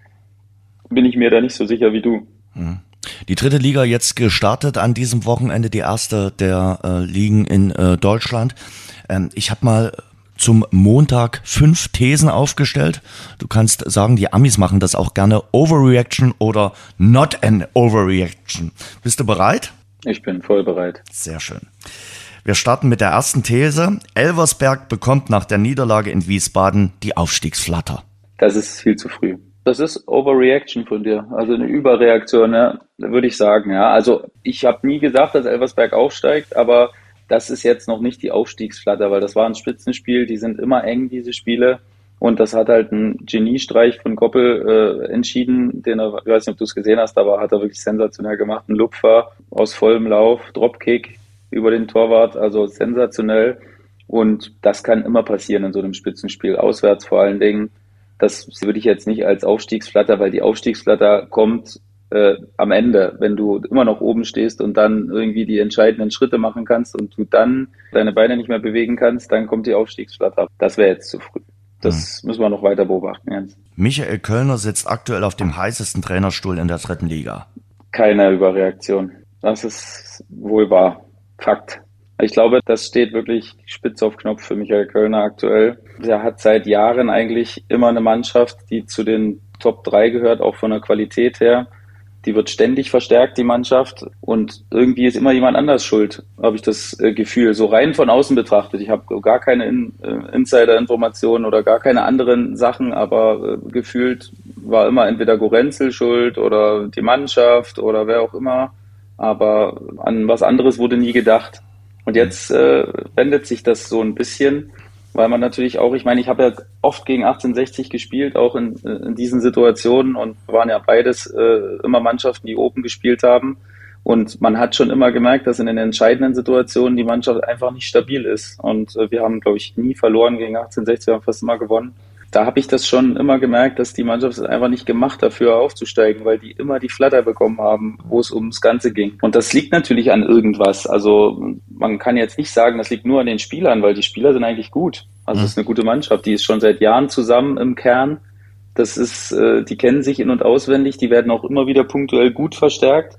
Speaker 3: bin ich mir da nicht so sicher wie du.
Speaker 2: Hm. Die dritte Liga jetzt gestartet an diesem Wochenende, die erste der äh, Ligen in äh, Deutschland. Ähm, ich habe mal zum Montag fünf Thesen aufgestellt. Du kannst sagen, die Amis machen das auch gerne. Overreaction oder not an Overreaction. Bist du bereit?
Speaker 3: Ich bin voll bereit.
Speaker 2: Sehr schön. Wir starten mit der ersten These. Elversberg bekommt nach der Niederlage in Wiesbaden die Aufstiegsflatter.
Speaker 3: Das ist viel zu früh. Das ist Overreaction von dir, also eine Überreaktion, ja, würde ich sagen. Ja, also ich habe nie gesagt, dass Elversberg aufsteigt, aber das ist jetzt noch nicht die Aufstiegsflatter, weil das war ein Spitzenspiel, die sind immer eng, diese Spiele. Und das hat halt ein Geniestreich von Goppel äh, entschieden, den er, ich weiß nicht, ob du es gesehen hast, aber hat er wirklich sensationell gemacht. Ein Lupfer aus vollem Lauf, Dropkick über den Torwart, also sensationell. Und das kann immer passieren in so einem Spitzenspiel, auswärts vor allen Dingen. Das würde ich jetzt nicht als Aufstiegsflatter, weil die Aufstiegsflatter kommt äh, am Ende, wenn du immer noch oben stehst und dann irgendwie die entscheidenden Schritte machen kannst und du dann deine Beine nicht mehr bewegen kannst, dann kommt die Aufstiegsflatter. Das wäre jetzt zu früh. Das mhm. müssen wir noch weiter beobachten, Jens.
Speaker 2: Michael Kölner sitzt aktuell auf dem heißesten Trainerstuhl in der dritten Liga.
Speaker 3: Keine Überreaktion. Das ist wohl wahr. Fakt. Ich glaube, das steht wirklich spitz auf Knopf für Michael Kölner aktuell. Er hat seit Jahren eigentlich immer eine Mannschaft, die zu den Top drei gehört, auch von der Qualität her. Die wird ständig verstärkt, die Mannschaft. Und irgendwie ist immer jemand anders schuld, habe ich das Gefühl. So rein von außen betrachtet. Ich habe gar keine In- Insider-Informationen oder gar keine anderen Sachen, aber äh, gefühlt war immer entweder Gorenzel schuld oder die Mannschaft oder wer auch immer. Aber an was anderes wurde nie gedacht. Und jetzt äh, wendet sich das so ein bisschen, weil man natürlich auch, ich meine, ich habe ja oft gegen achtzehnhundertsechzig gespielt, auch in, in diesen Situationen und waren ja beides äh, immer Mannschaften, die oben gespielt haben. Und man hat schon immer gemerkt, dass in den entscheidenden Situationen die Mannschaft einfach nicht stabil ist. Und äh, wir haben, glaube ich, nie verloren gegen achtzehnhundertsechzig, wir haben fast immer gewonnen. Da habe ich das schon immer gemerkt, dass die Mannschaft ist einfach nicht gemacht dafür aufzusteigen, weil die immer die Flatter bekommen haben, wo es ums Ganze ging. Und das liegt natürlich an irgendwas. Also man kann jetzt nicht sagen, das liegt nur an den Spielern, weil die Spieler sind eigentlich gut. Also es ist eine gute Mannschaft, die ist schon seit Jahren zusammen im Kern. Das ist, äh, die kennen sich in- und auswendig, die werden auch immer wieder punktuell gut verstärkt.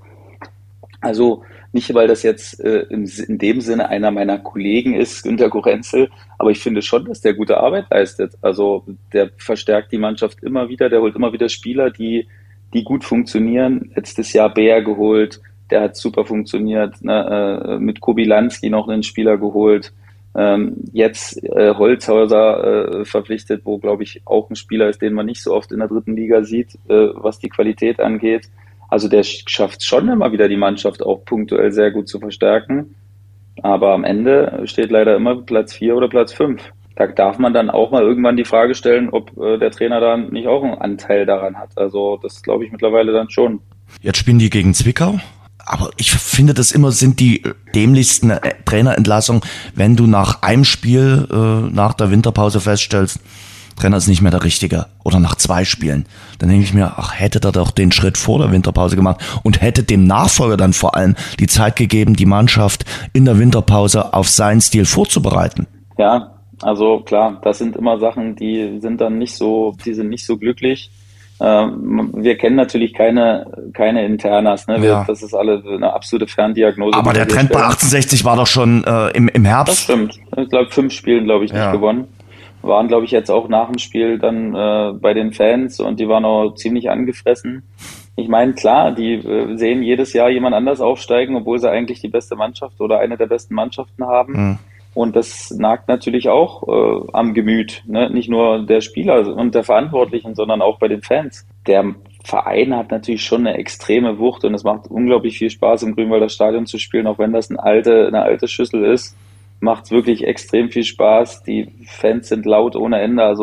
Speaker 3: Also nicht, weil das jetzt äh, in, in dem Sinne einer meiner Kollegen ist, Günter Gorenzel, aber ich finde schon, dass der gute Arbeit leistet. Also der verstärkt die Mannschaft immer wieder, der holt immer wieder Spieler, die die gut funktionieren. Letztes Jahr Bär geholt, der hat super funktioniert, ne? äh, mit Kobylanski noch einen Spieler geholt. Ähm, jetzt äh, Holzhauser äh, verpflichtet, wo, glaube ich, auch ein Spieler ist, den man nicht so oft in der dritten Liga sieht, äh, was die Qualität angeht. Also der schafft schon immer wieder, die Mannschaft auch punktuell sehr gut zu verstärken. Aber am Ende steht leider immer Platz vier oder Platz fünf. Da darf man dann auch mal irgendwann die Frage stellen, ob äh, der Trainer da nicht auch einen Anteil daran hat. Also das glaube ich mittlerweile dann schon.
Speaker 2: Jetzt spielen die gegen Zwickau. Aber ich finde, das immer sind die dämlichsten äh, Trainerentlassungen, wenn du nach einem Spiel äh, nach der Winterpause feststellst, Trainer ist nicht mehr der Richtige. Oder nach zwei Spielen. Dann denke ich mir, ach, hätte er doch den Schritt vor der Winterpause gemacht und hätte dem Nachfolger dann vor allem die Zeit gegeben, die Mannschaft in der Winterpause auf seinen Stil vorzubereiten.
Speaker 3: Ja, also klar, das sind immer Sachen, die sind dann nicht so, die sind nicht so glücklich. Ähm, wir kennen natürlich keine, keine Internas, ne? Wir,
Speaker 2: Ja.
Speaker 3: Das ist alle eine absolute Ferndiagnose.
Speaker 2: Aber der Trend bei achtzehnhundertsechzig war doch schon äh, im, im Herbst.
Speaker 3: Das stimmt. Ich glaube, fünf Spielen, glaube ich, nicht
Speaker 2: Ja.
Speaker 3: gewonnen. Waren, glaube ich, jetzt auch nach dem Spiel dann äh, bei den Fans und die waren auch ziemlich angefressen. Ich meine, klar, die äh, sehen jedes Jahr jemand anders aufsteigen, obwohl sie eigentlich die beste Mannschaft oder eine der besten Mannschaften haben.
Speaker 2: Mhm.
Speaker 3: Und das nagt natürlich auch äh, am Gemüt, ne? Nicht nur der Spieler und der Verantwortlichen, sondern auch bei den Fans. Der Verein hat natürlich schon eine extreme Wucht und es macht unglaublich viel Spaß, im Grünwalder Stadion zu spielen, auch wenn das eine alte, eine alte Schüssel ist. Macht wirklich extrem viel Spaß. Die Fans sind laut ohne Ende. Also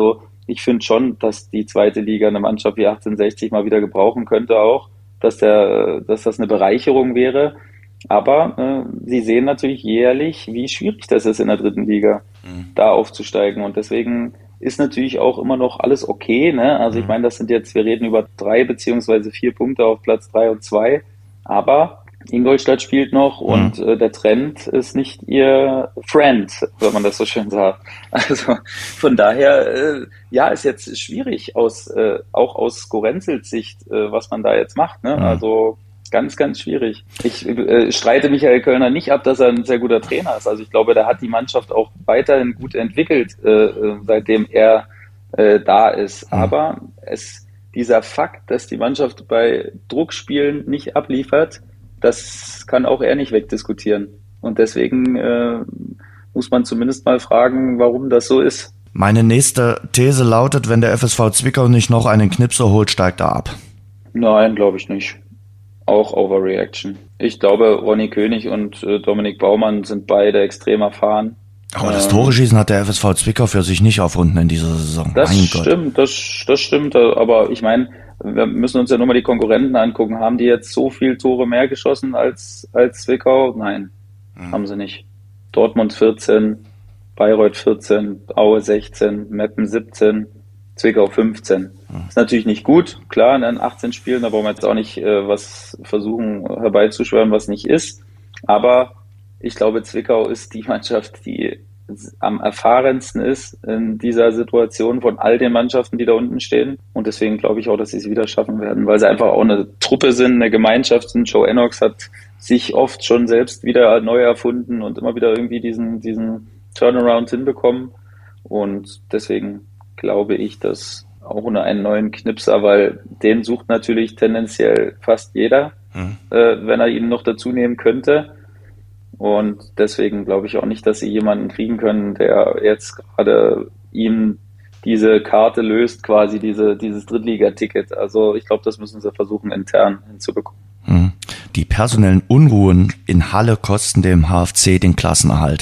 Speaker 3: ich finde schon, dass die zweite Liga eine Mannschaft wie achtzehnhundertsechzig mal wieder gebrauchen könnte auch, dass der, dass das eine Bereicherung wäre. Aber äh, sie sehen natürlich jährlich, wie schwierig das ist in der dritten Liga, mhm. da aufzusteigen. Und deswegen ist natürlich auch immer noch alles okay. Ne? Also mhm. ich meine, das sind jetzt, wir reden über drei beziehungsweise vier Punkte auf Platz drei und zwei. Aber Ingolstadt spielt noch und mhm. äh, der Trend ist nicht ihr Friend, wenn man das so schön sagt. Also von daher, äh, ja, ist jetzt schwierig aus, äh, auch aus Skorenzels Sicht, äh, was man da jetzt macht. Ne? Mhm. Also ganz, ganz schwierig. Ich äh, streite Michael Kölner nicht ab, dass er ein sehr guter Trainer ist. Also ich glaube, der hat die Mannschaft auch weiterhin gut entwickelt, äh, seitdem er äh, da ist. Mhm. Aber es, dieser Fakt, dass die Mannschaft bei Druckspielen nicht abliefert, das kann auch er nicht wegdiskutieren. Und deswegen äh, muss man zumindest mal fragen, warum das so ist.
Speaker 2: Meine nächste These lautet, wenn der F S V Zwickau nicht noch einen Knipser holt, steigt er ab.
Speaker 3: Nein, glaube ich nicht. Auch Overreaction. Ich glaube, Ronny König und äh, Dominik Baumann sind beide extrem erfahren.
Speaker 2: Aber das Tore schießen hat der F S V Zwickau für sich nicht aufrunden in dieser Saison.
Speaker 3: Das
Speaker 2: mein
Speaker 3: stimmt,
Speaker 2: Gott.
Speaker 3: das, das stimmt. Aber ich meine, wir müssen uns ja nur mal die Konkurrenten angucken. Haben die jetzt so viel Tore mehr geschossen als, als Zwickau? Nein, hm. haben sie nicht. Dortmund vierzehn, Bayreuth vierzehn, Aue sechzehn, Meppen siebzehn, Zwickau fünfzehn. Hm. Ist natürlich nicht gut, klar, in achtzehn Spielen, da wollen wir jetzt auch nicht äh, was versuchen herbeizuschwören, was nicht ist. Aber ich glaube, Zwickau ist die Mannschaft, die am erfahrensten ist in dieser Situation von all den Mannschaften, die da unten stehen. Und deswegen glaube ich auch, dass sie es wieder schaffen werden, weil sie einfach auch eine Truppe sind, eine Gemeinschaft sind. Joe Enox hat sich oft schon selbst wieder neu erfunden und immer wieder irgendwie diesen, diesen Turnaround hinbekommen. Und deswegen glaube ich, dass auch ohne einen neuen Knipser, weil den sucht natürlich tendenziell fast jeder, hm. äh, wenn er ihn noch dazu nehmen könnte. Und deswegen glaube ich auch nicht, dass sie jemanden kriegen können, der jetzt gerade ihm diese Karte löst, quasi diese, dieses Drittliga-Ticket. Also ich glaube, das müssen sie versuchen, intern hinzubekommen.
Speaker 2: Die personellen Unruhen in Halle kosten dem H F C den Klassenerhalt.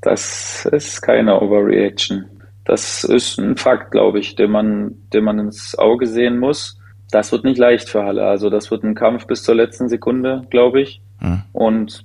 Speaker 3: Das ist keine Overreaction. Das ist ein Fakt, glaube ich, den man, den man ins Auge sehen muss. Das wird nicht leicht für Halle. Also das wird ein Kampf bis zur letzten Sekunde, glaube ich. Hm. Und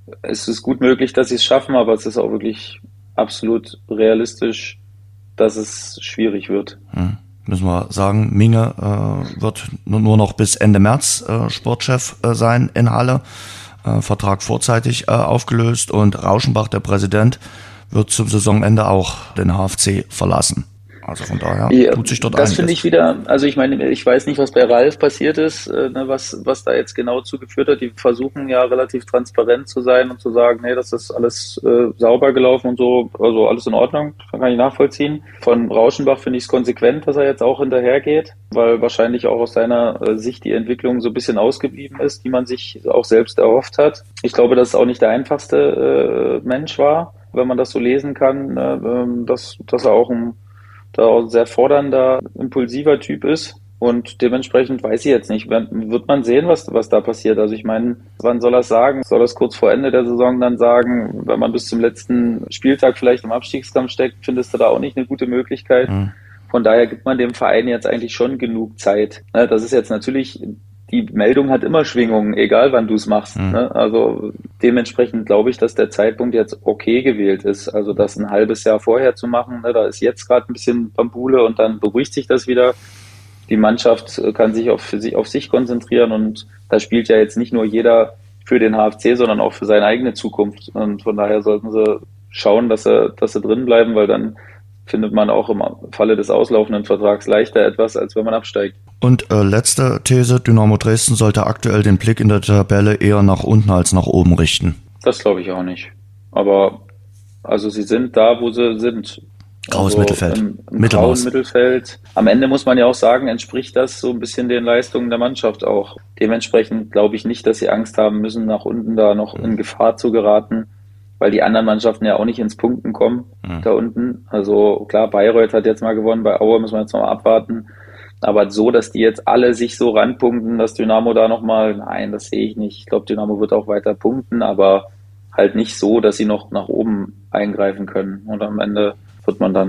Speaker 3: es ist gut möglich, dass sie es schaffen, aber es ist auch wirklich absolut realistisch, dass es schwierig wird.
Speaker 2: Hm. Müssen wir sagen, Minge äh, wird nur noch bis Ende März äh, Sportchef äh, sein in Halle. Äh, Vertrag vorzeitig äh, aufgelöst und Rauschenbach, der Präsident, wird zum Saisonende auch den H F C verlassen. Also von daher ja, tut sich dort
Speaker 3: das einiges. Das finde ich wieder, also ich meine, ich weiß nicht, was bei Ralf passiert ist, äh, ne, was, was da jetzt genau zugeführt hat. Die versuchen ja relativ transparent zu sein und zu sagen, nee, das ist alles äh, sauber gelaufen und so, also alles in Ordnung, kann ich nachvollziehen. Von Rauschenbach finde ich es konsequent, dass er jetzt auch hinterhergeht, weil wahrscheinlich auch aus seiner äh, Sicht die Entwicklung so ein bisschen ausgeblieben ist, die man sich auch selbst erhofft hat. Ich glaube, dass es auch nicht der einfachste äh, Mensch war, wenn man das so lesen kann, äh, dass, dass er auch ein da auch ein sehr fordernder, impulsiver Typ ist und dementsprechend weiß ich jetzt nicht, wird man sehen, was was da passiert. Also ich meine, wann soll er es sagen? Soll er es kurz vor Ende der Saison dann sagen, wenn man bis zum letzten Spieltag vielleicht im Abstiegskampf steckt, findest du da auch nicht eine gute Möglichkeit? Mhm. Von daher gibt man dem Verein jetzt eigentlich schon genug Zeit. Das ist jetzt natürlich, die Meldung hat immer Schwingungen, egal wann du es machst. Mhm. Ne? Also dementsprechend glaube ich, dass der Zeitpunkt jetzt okay gewählt ist. Also das ein halbes Jahr vorher zu machen, ne? Da ist jetzt gerade ein bisschen Bambule und dann beruhigt sich das wieder. Die Mannschaft kann sich auf, für sich, auf sich konzentrieren und da spielt ja jetzt nicht nur jeder für den H F C, sondern auch für seine eigene Zukunft. Und von daher sollten sie schauen, dass sie, dass sie drin bleiben, weil dann findet man auch im Falle des auslaufenden Vertrags leichter etwas, als wenn man absteigt.
Speaker 2: Und äh, letzte These, Dynamo Dresden sollte aktuell den Blick in der Tabelle eher nach unten als nach oben richten.
Speaker 3: Das glaube ich auch nicht. Aber also sie sind da, wo sie sind.
Speaker 2: Graues
Speaker 3: also
Speaker 2: Mittelfeld.
Speaker 3: Im, im grauen Mittelfeld. Am Ende muss man ja auch sagen, entspricht das so ein bisschen den Leistungen der Mannschaft auch. Dementsprechend glaube ich nicht, dass sie Angst haben müssen, nach unten da noch in Gefahr zu geraten, weil die anderen Mannschaften ja auch nicht ins Punkten kommen, mhm. da unten. Also klar, Bayreuth hat jetzt mal gewonnen, bei Aue müssen wir jetzt noch mal abwarten. Aber so, dass die jetzt alle sich so ranpunkten, dass Dynamo da nochmal, nein, das sehe ich nicht. Ich glaube, Dynamo wird auch weiter punkten, aber halt nicht so, dass sie noch nach oben eingreifen können. Und am Ende wird man dann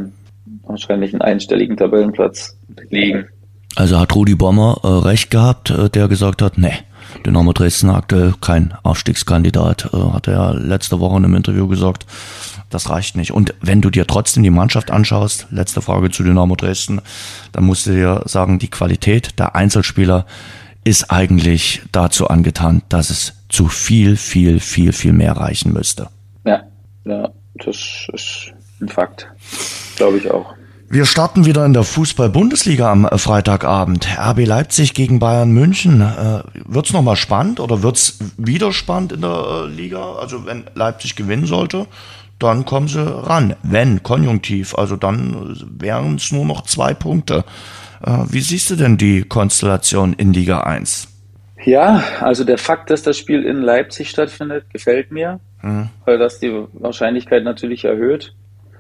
Speaker 3: wahrscheinlich einen einstelligen Tabellenplatz belegen.
Speaker 2: Also hat Rudi Bommer äh, recht gehabt, äh, der gesagt hat, nee, Dynamo Dresden aktuell kein Aufstiegskandidat, äh, hat er ja letzte Woche in einem Interview gesagt, das reicht nicht. Und wenn du dir trotzdem die Mannschaft anschaust, letzte Frage zu Dynamo Dresden, dann musst du dir sagen, die Qualität der Einzelspieler ist eigentlich dazu angetan, dass es zu viel, viel, viel, viel mehr reichen müsste.
Speaker 3: Ja, ja, das ist ein Fakt, glaube ich auch.
Speaker 2: Wir starten wieder in der Fußball-Bundesliga am Freitagabend. R B Leipzig gegen Bayern München. Äh, wird's noch mal spannend oder wird's wieder spannend in der äh, Liga? Also wenn Leipzig gewinnen sollte, dann kommen sie ran. Wenn, Konjunktiv, also dann wären es nur noch zwei Punkte. Äh, wie siehst du denn die Konstellation in Liga eins?
Speaker 3: Ja, also der Fakt, dass das Spiel in Leipzig stattfindet, gefällt mir, hm. weil das die Wahrscheinlichkeit natürlich erhöht.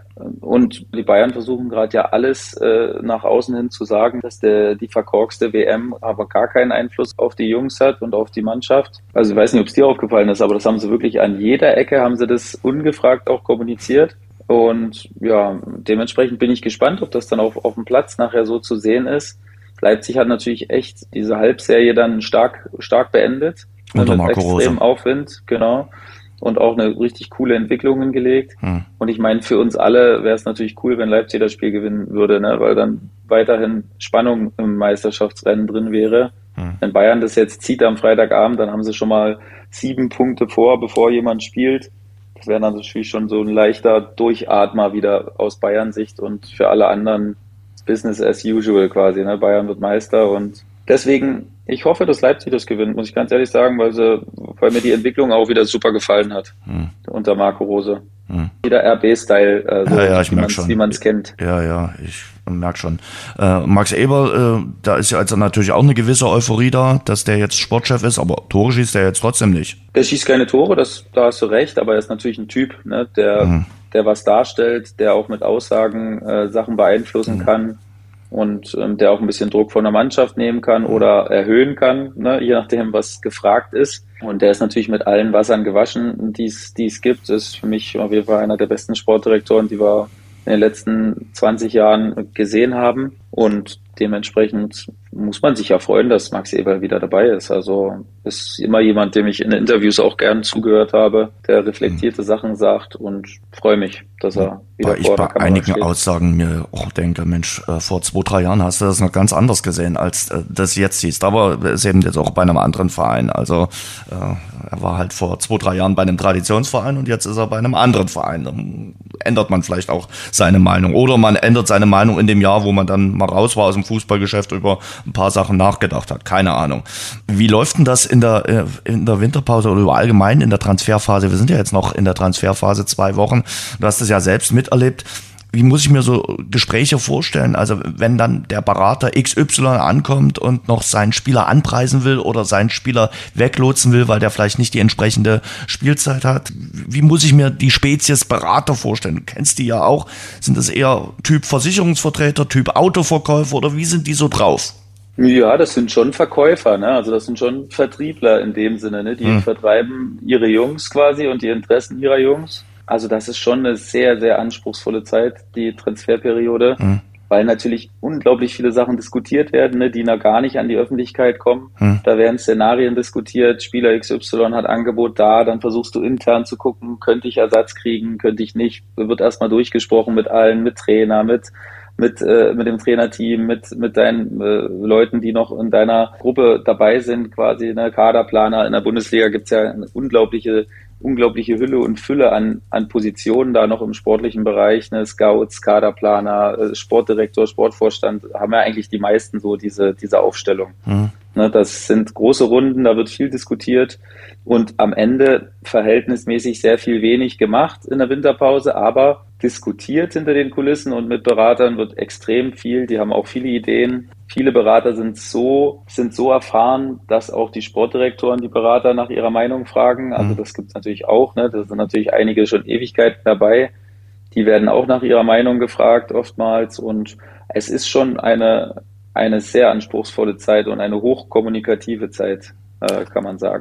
Speaker 3: Und die Bayern versuchen gerade ja alles äh, nach außen hin zu sagen, dass der die verkorkste W M aber gar keinen Einfluss auf die Jungs hat und auf die Mannschaft. Also ich weiß nicht, ob es dir aufgefallen ist, aber das haben sie wirklich an jeder Ecke, haben sie das ungefragt auch kommuniziert. Und ja, dementsprechend bin ich gespannt, ob das dann auch auf dem Platz nachher so zu sehen ist. Leipzig hat natürlich echt diese Halbserie dann stark stark beendet.
Speaker 2: Unter Marco Rose.
Speaker 3: Extrem Aufwind, genau. Und auch eine richtig coole Entwicklung hingelegt. Hm. Und ich meine, für uns alle wäre es natürlich cool, wenn Leipzig das Spiel gewinnen würde, ne? Weil dann weiterhin Spannung im Meisterschaftsrennen drin wäre. Hm. Wenn Bayern das jetzt zieht am Freitagabend, dann haben sie schon mal sieben Punkte vor, bevor jemand spielt. Das wäre dann natürlich schon so ein leichter Durchatmer wieder aus Bayern-Sicht und für alle anderen Business as usual quasi, ne? Bayern wird Meister und deswegen, ich hoffe, dass Leipzig das gewinnt, muss ich ganz ehrlich sagen, weil sie, weil mir die Entwicklung auch wieder super gefallen hat hm. unter Marco Rose. Hm. Wieder R B-Style, äh, so
Speaker 2: ja, ja, ich merke schon,
Speaker 3: wie man es kennt.
Speaker 2: Ja, ja, ich merke schon. Äh, Max Eberl, äh, da ist ja also natürlich auch eine gewisse Euphorie da, dass der jetzt Sportchef ist, aber Tore schießt er jetzt trotzdem nicht.
Speaker 3: Er schießt keine Tore, das, da hast du recht, aber er ist natürlich ein Typ, ne, der, hm. der was darstellt, der auch mit Aussagen äh, Sachen beeinflussen hm. kann. Und ähm, der auch ein bisschen Druck von der Mannschaft nehmen kann oder erhöhen kann, ne, je nachdem, was gefragt ist. Und der ist natürlich mit allen Wassern gewaschen, die es die es gibt. Ist für mich auf jeden Fall einer der besten Sportdirektoren, die wir in den letzten zwanzig Jahren gesehen haben. Und dementsprechend muss man sich ja freuen, dass Max Eberl wieder dabei ist. Also ist immer jemand, dem ich in Interviews auch gern zugehört habe, der reflektierte mhm. Sachen sagt und freue mich, dass er wieder
Speaker 2: Weil
Speaker 3: vor
Speaker 2: ich
Speaker 3: der
Speaker 2: bei
Speaker 3: Kamera
Speaker 2: einigen
Speaker 3: steht.
Speaker 2: Aussagen mir auch denke, Mensch, äh, vor zwei, drei Jahren hast du das noch ganz anders gesehen, als äh, das jetzt siehst. Aber es ist eben jetzt auch bei einem anderen Verein. Also äh, er war halt vor zwei, drei Jahren bei einem Traditionsverein und jetzt ist er bei einem anderen Verein. Dann ändert man vielleicht auch seine Meinung. Oder man ändert seine Meinung in dem Jahr, wo man dann mal raus war aus dem Fußballgeschäft, über ein paar Sachen nachgedacht hat. Keine Ahnung. Wie läuft denn das in der, in der Winterpause oder allgemein in der Transferphase? Wir sind ja jetzt noch in der Transferphase zwei Wochen. Du hast es ja selbst miterlebt. Wie muss ich mir so Gespräche vorstellen? Also wenn dann der Berater X Y ankommt und noch seinen Spieler anpreisen will oder seinen Spieler weglotsen will, weil der vielleicht nicht die entsprechende Spielzeit hat. Wie muss ich mir die Spezies Berater vorstellen? Du kennst die ja auch. Sind das eher Typ Versicherungsvertreter, Typ Autoverkäufer oder wie sind die so drauf?
Speaker 3: Ja, das sind schon Verkäufer, ne? Also das sind schon Vertriebler in dem Sinne, ne? Die hm. vertreiben ihre Jungs quasi und die Interessen ihrer Jungs. Also das ist schon eine sehr, sehr anspruchsvolle Zeit, die Transferperiode, mhm. weil natürlich unglaublich viele Sachen diskutiert werden, ne, die noch gar nicht an die Öffentlichkeit kommen. Mhm. Da werden Szenarien diskutiert, Spieler X Y hat Angebot da, dann versuchst du intern zu gucken, könnte ich Ersatz kriegen, könnte ich nicht. Wird erstmal durchgesprochen mit allen, mit Trainer, mit mit äh, mit dem Trainerteam, mit mit deinen äh, Leuten, die noch in deiner Gruppe dabei sind, quasi, ne, Kaderplaner. In der Bundesliga gibt's ja eine unglaubliche unglaubliche Hülle und Fülle an an Positionen da noch im sportlichen Bereich, ne, Scouts, Kaderplaner, Sportdirektor, Sportvorstand, haben ja eigentlich die meisten so diese diese Aufstellung. Mhm. Ne, das sind große Runden, da wird viel diskutiert und am Ende verhältnismäßig sehr viel wenig gemacht in der Winterpause, aber diskutiert hinter den Kulissen und mit Beratern wird extrem viel, die haben auch viele Ideen. Viele Berater sind so, sind so erfahren, dass auch die Sportdirektoren die Berater nach ihrer Meinung fragen. Also das gibt es natürlich auch, ne? Da sind natürlich einige schon Ewigkeiten dabei. Die werden auch nach ihrer Meinung gefragt oftmals. Und es ist schon eine, eine sehr anspruchsvolle Zeit und eine hochkommunikative Zeit, äh, kann man sagen.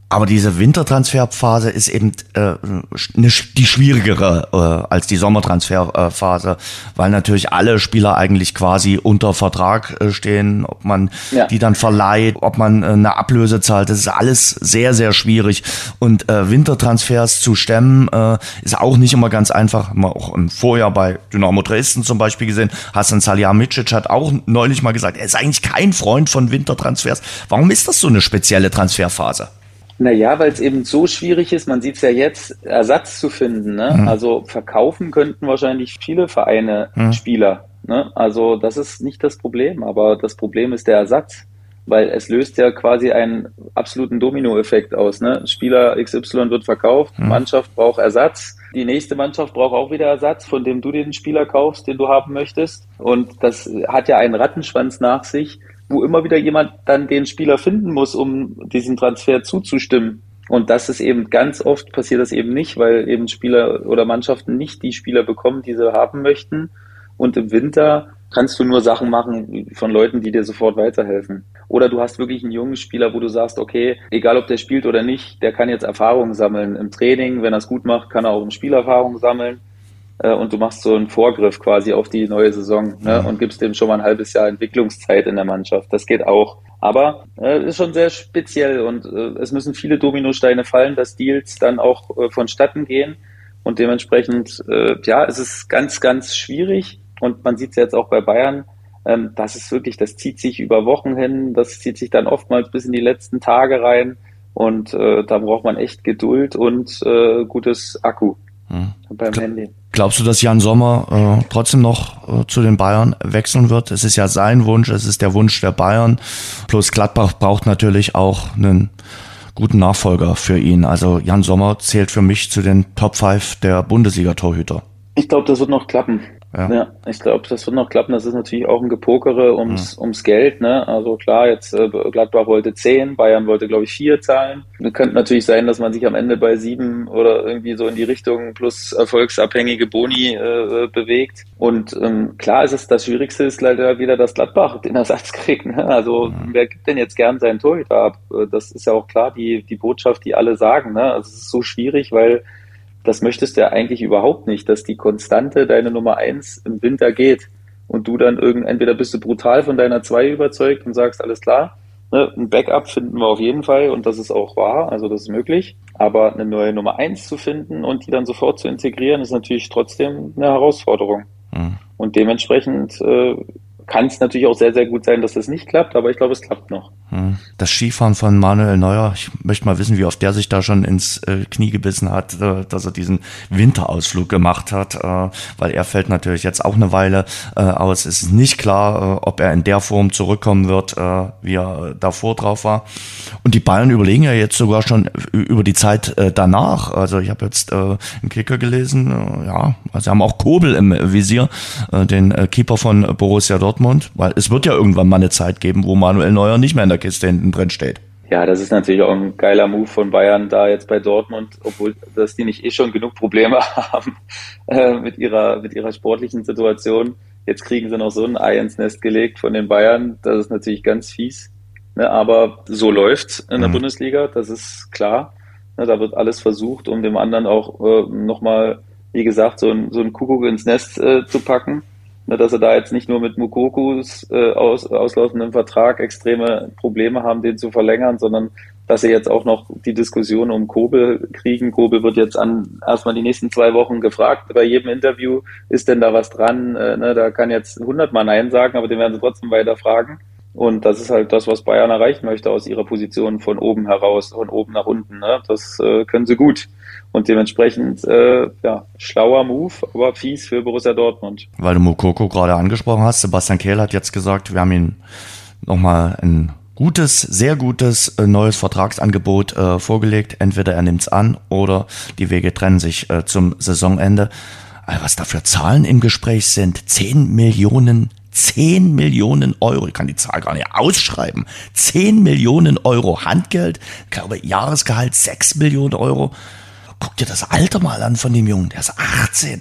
Speaker 2: Aber diese Wintertransferphase ist eben äh, ne, die schwierigere äh, als die Sommertransferphase, weil natürlich alle Spieler eigentlich quasi unter Vertrag äh, stehen, ob man ja. die dann verleiht, ob man äh, eine Ablöse zahlt, das ist alles sehr, sehr schwierig. Und äh, Wintertransfers zu stemmen äh, ist auch nicht immer ganz einfach. Haben wir auch im Vorjahr bei Dynamo Dresden zum Beispiel gesehen. Hasan Salihamidzic hat auch neulich mal gesagt, er ist eigentlich kein Freund von Wintertransfers. Warum ist das so eine spezielle Transferphase?
Speaker 3: Naja, weil es eben so schwierig ist, man sieht es ja jetzt, Ersatz zu finden. Ne? Mhm. Also verkaufen könnten wahrscheinlich viele Vereine mhm. Spieler. Ne? Also das ist nicht das Problem, aber das Problem ist der Ersatz, weil es löst ja quasi einen absoluten Dominoeffekt aus. Ne? Spieler X Y wird verkauft, mhm. Mannschaft braucht Ersatz, die nächste Mannschaft braucht auch wieder Ersatz, von dem du den Spieler kaufst, den du haben möchtest. Und das hat ja einen Rattenschwanz nach sich, wo immer wieder jemand dann den Spieler finden muss, um diesen Transfer zuzustimmen. Und das ist eben ganz oft, passiert das eben nicht, weil eben Spieler oder Mannschaften nicht die Spieler bekommen, die sie haben möchten. Und im Winter kannst du nur Sachen machen von Leuten, die dir sofort weiterhelfen. Oder du hast wirklich einen jungen Spieler, wo du sagst, okay, egal ob der spielt oder nicht, der kann jetzt Erfahrungen sammeln im Training. Wenn er es gut macht, kann er auch im Spiel Erfahrungen sammeln. Und du machst so einen Vorgriff quasi auf die neue Saison, ne, und gibst dem schon mal ein halbes Jahr Entwicklungszeit in der Mannschaft. Das geht auch. Aber äh, ist schon sehr speziell und äh, es müssen viele Dominosteine fallen, dass Deals dann auch äh, vonstatten gehen. Und dementsprechend, äh, ja, es ist ganz, ganz schwierig. Und man sieht es jetzt auch bei Bayern. Ähm, das ist wirklich, das zieht sich über Wochen hin. Das zieht sich dann oftmals bis in die letzten Tage rein. Und äh, da braucht man echt Geduld und äh, gutes Akku. Hm. Beim Gl- Handy.
Speaker 2: Glaubst du, dass Jan Sommer äh, trotzdem noch äh, zu den Bayern wechseln wird? Es ist ja sein Wunsch, es ist der Wunsch der Bayern. Plus Gladbach braucht natürlich auch einen guten Nachfolger für ihn. Also Jan Sommer zählt für mich zu den Top fünf der Bundesliga-Torhüter.
Speaker 3: Ich glaube, das wird noch klappen. Ja, ja ich glaube, das wird noch klappen. Das ist natürlich auch ein Gepokere ums, mhm. ums Geld. Ne? Also klar, jetzt äh, Gladbach wollte zehn, Bayern wollte, glaube ich, vier zahlen. Es könnte natürlich sein, dass man sich am Ende bei sieben oder irgendwie so in die Richtung plus erfolgsabhängige Boni äh, bewegt. Und ähm, klar ist es, das Schwierigste ist leider wieder, dass Gladbach den Ersatz kriegt. Ne? Also mhm. wer gibt denn jetzt gern seinen Torhüter ab? Das ist ja auch klar die, die Botschaft, die alle sagen. Ne? Also es ist so schwierig, weil das möchtest du ja eigentlich überhaupt nicht, dass die Konstante deine Nummer eins im Winter geht und du dann irgend, entweder bist du brutal von deiner zwei überzeugt und sagst, alles klar, ne, ein Backup finden wir auf jeden Fall und das ist auch wahr, also das ist möglich, aber eine neue Nummer eins zu finden und die dann sofort zu integrieren, ist natürlich trotzdem eine Herausforderung. Mhm. Und dementsprechend äh, kann es natürlich auch sehr, sehr gut sein, dass das nicht klappt, aber ich glaube, es klappt noch.
Speaker 2: Das Skifahren von Manuel Neuer, ich möchte mal wissen, wie oft der sich da schon ins äh, Knie gebissen hat, äh, dass er diesen Winterausflug gemacht hat, äh, weil er fällt natürlich jetzt auch eine Weile äh, aus. Es ist nicht klar, äh, ob er in der Form zurückkommen wird, äh, wie er davor drauf war. Und die Bayern überlegen ja jetzt sogar schon über die Zeit äh, danach. Also ich habe jetzt äh, einen Kicker gelesen, äh, ja, also sie haben auch Kobel im Visier, äh, den äh, Keeper von Borussia Dortmund, weil es wird ja irgendwann mal eine Zeit geben, wo Manuel Neuer nicht mehr in der Kiste hinten drin steht.
Speaker 3: Ja, das ist natürlich auch ein geiler Move von Bayern da jetzt bei Dortmund, obwohl dass die nicht eh schon genug Probleme haben äh, mit ihrer mit ihrer sportlichen Situation. Jetzt kriegen sie noch so ein Ei ins Nest gelegt von den Bayern. Das ist natürlich ganz fies. Ne, aber so läuft's in der mhm. Bundesliga, das ist klar. Ne, da wird alles versucht, um dem anderen auch äh, nochmal, wie gesagt, so ein, so ein Kuckuck ins Nest äh, zu packen. Dass sie da jetzt nicht nur mit Mukokus äh, aus, auslaufendem Vertrag extreme Probleme haben, den zu verlängern, sondern dass sie jetzt auch noch die Diskussion um Kobel kriegen. Kobel wird jetzt an erstmal die nächsten zwei Wochen gefragt bei jedem Interview, ist denn da was dran? Äh, ne, da kann jetzt hundertmal Nein sagen, aber den werden sie trotzdem weiter fragen. Und das ist halt das, was Bayern erreichen möchte aus ihrer Position von oben heraus, von oben nach unten. Ne? Das äh, können sie gut. Und dementsprechend, äh, ja, schlauer Move, aber fies für Borussia Dortmund.
Speaker 2: Weil du Moukoko gerade angesprochen hast, Sebastian Kehl hat jetzt gesagt, wir haben ihm nochmal ein gutes, sehr gutes äh, neues Vertragsangebot äh, vorgelegt. Entweder er nimmt's an oder die Wege trennen sich äh, zum Saisonende. Also was da für Zahlen im Gespräch sind, zehn Millionen zehn Millionen Euro, ich kann die Zahl gar nicht ausschreiben, zehn Millionen Euro Handgeld, ich glaube Jahresgehalt sechs Millionen Euro. Guck dir das Alter mal an von dem Jungen, der ist achtzehn.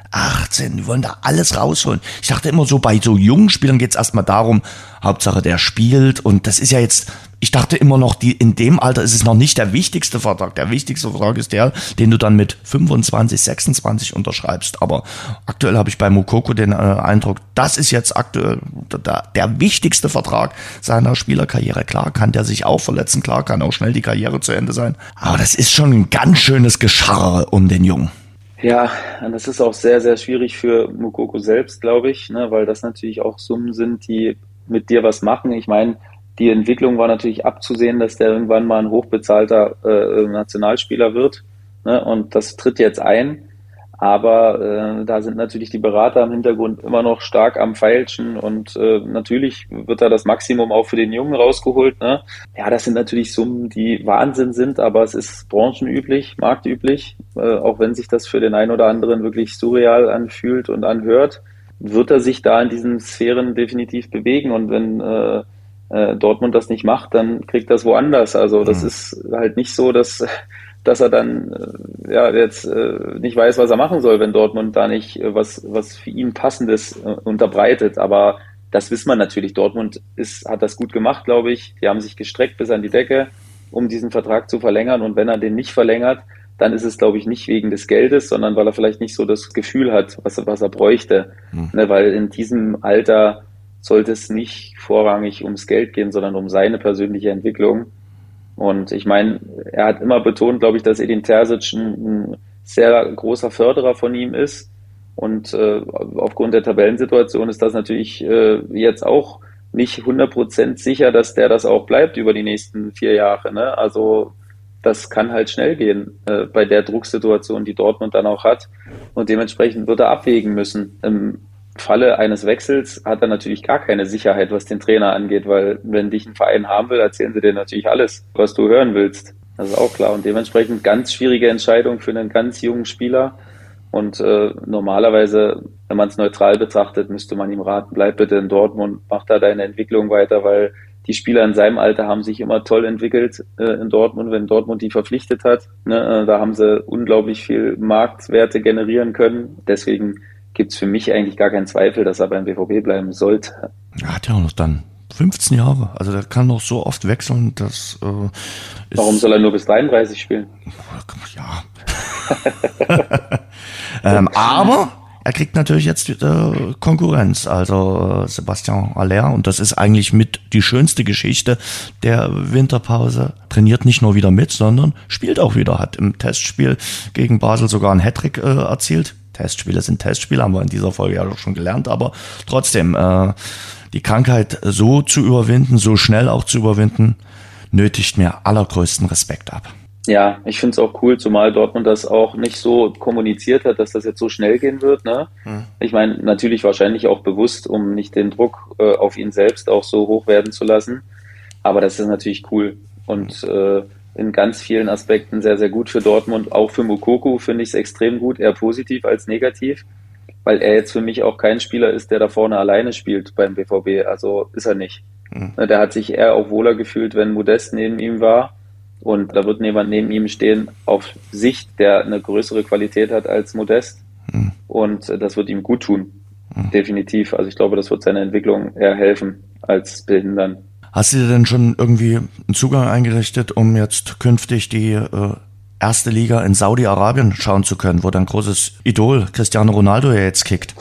Speaker 2: achtzehn, die wollen da alles rausholen. Ich dachte immer so, bei so jungen Spielern geht's erstmal darum, Hauptsache der spielt und das ist ja jetzt, ich dachte immer noch, die in dem Alter ist es noch nicht der wichtigste Vertrag. Der wichtigste Vertrag ist der, den du dann mit fünfundzwanzig, sechsundzwanzig unterschreibst. Aber aktuell habe ich bei Moukoko den äh, Eindruck, das ist jetzt aktuell der, der wichtigste Vertrag seiner Spielerkarriere. Klar kann der sich auch verletzen, klar kann auch schnell die Karriere zu Ende sein. Aber das ist schon ein ganz schönes Gescharre um den Jungen.
Speaker 3: Ja, und das ist auch sehr, sehr schwierig für Moukoko selbst, glaube ich, ne, weil das natürlich auch Summen sind, die mit dir was machen. Ich meine, die Entwicklung war natürlich abzusehen, dass der irgendwann mal ein hochbezahlter äh, Nationalspieler wird, ne, und das tritt jetzt ein. Aber äh, da sind natürlich die Berater im Hintergrund immer noch stark am Feilschen und äh, natürlich wird da das Maximum auch für den Jungen rausgeholt. Ne? Ja, das sind natürlich Summen, die Wahnsinn sind, aber es ist branchenüblich, marktüblich, äh, auch wenn sich das für den einen oder anderen wirklich surreal anfühlt und anhört, wird er sich da in diesen Sphären definitiv bewegen und wenn äh, äh, Dortmund das nicht macht, dann kriegt das woanders. Also das mhm. ist halt nicht so, dass dass er dann äh, ja jetzt äh, nicht weiß, was er machen soll, wenn Dortmund da nicht äh, was was für ihn Passendes äh, unterbreitet. Aber das wissen wir natürlich. Dortmund ist hat das gut gemacht, glaube ich. Die haben sich gestreckt bis an die Decke, um diesen Vertrag zu verlängern. Und wenn er den nicht verlängert, dann ist es, glaube ich, nicht wegen des Geldes, sondern weil er vielleicht nicht so das Gefühl hat, was, was er bräuchte. Mhm. Ne, weil in diesem Alter sollte es nicht vorrangig ums Geld gehen, sondern um seine persönliche Entwicklung. Und ich meine, er hat immer betont, glaube ich, dass Edin Terzic ein, ein sehr großer Förderer von ihm ist. Und äh, aufgrund der Tabellensituation ist das natürlich äh, jetzt auch nicht hundert Prozent sicher, dass der das auch bleibt über die nächsten vier Jahre. Ne? Also das kann halt schnell gehen äh, bei der Drucksituation, die Dortmund dann auch hat. Und dementsprechend wird er abwägen müssen. Im Falle eines Wechsels hat er natürlich gar keine Sicherheit, was den Trainer angeht, weil wenn dich ein Verein haben will, erzählen sie dir natürlich alles, was du hören willst. Das ist auch klar. Und dementsprechend ganz schwierige Entscheidung für einen ganz jungen Spieler. Und äh, normalerweise, wenn man es neutral betrachtet, müsste man ihm raten, bleib bitte in Dortmund, mach da deine Entwicklung weiter, weil die Spieler in seinem Alter haben sich immer toll entwickelt äh, in Dortmund, wenn Dortmund die verpflichtet hat. Ne? Äh, da haben sie unglaublich viel Marktwerte generieren können. Deswegen gibt es für mich eigentlich gar keinen Zweifel, dass er beim B V B bleiben sollte.
Speaker 2: Er hat ja auch noch dann fünfzehn Jahre, also der kann noch so oft wechseln, dass äh,
Speaker 3: Warum soll er nur bis dreiunddreißig spielen?
Speaker 2: Ja. ähm, aber er kriegt natürlich jetzt äh, Konkurrenz, also äh, Sebastian Haller, und das ist eigentlich mit die schönste Geschichte der Winterpause. Trainiert nicht nur wieder mit, sondern spielt auch wieder, hat im Testspiel gegen Basel sogar einen Hattrick äh, erzielt. Testspiele sind Testspiele, haben wir in dieser Folge ja schon gelernt, aber trotzdem, äh, die Krankheit so zu überwinden, so schnell auch zu überwinden, nötigt mir allergrößten Respekt ab.
Speaker 3: Ja, ich finde es auch cool, zumal Dortmund das auch nicht so kommuniziert hat, dass das jetzt so schnell gehen wird. Ne? Hm. Ich meine, natürlich wahrscheinlich auch bewusst, um nicht den Druck äh, auf ihn selbst auch so hoch werden zu lassen. Aber das ist natürlich cool und äh, in ganz vielen Aspekten sehr, sehr gut für Dortmund. Auch für Moukoko finde ich es extrem gut, eher positiv als negativ, weil er jetzt für mich auch kein Spieler ist, der da vorne alleine spielt beim B V B. Also ist er nicht. Mhm. Der hat sich eher auch wohler gefühlt, wenn Modest neben ihm war. Und da wird jemand neben ihm stehen, auf Sicht, der eine größere Qualität hat als Modest. Mhm. Und das wird ihm gut tun. Mhm. Definitiv. Also ich glaube, das wird seiner Entwicklung eher helfen als behindern.
Speaker 2: Hast du dir denn schon irgendwie einen Zugang eingerichtet, um jetzt künftig die äh, erste Liga in Saudi-Arabien schauen zu können, wo dein großes Idol Cristiano Ronaldo ja jetzt kickt?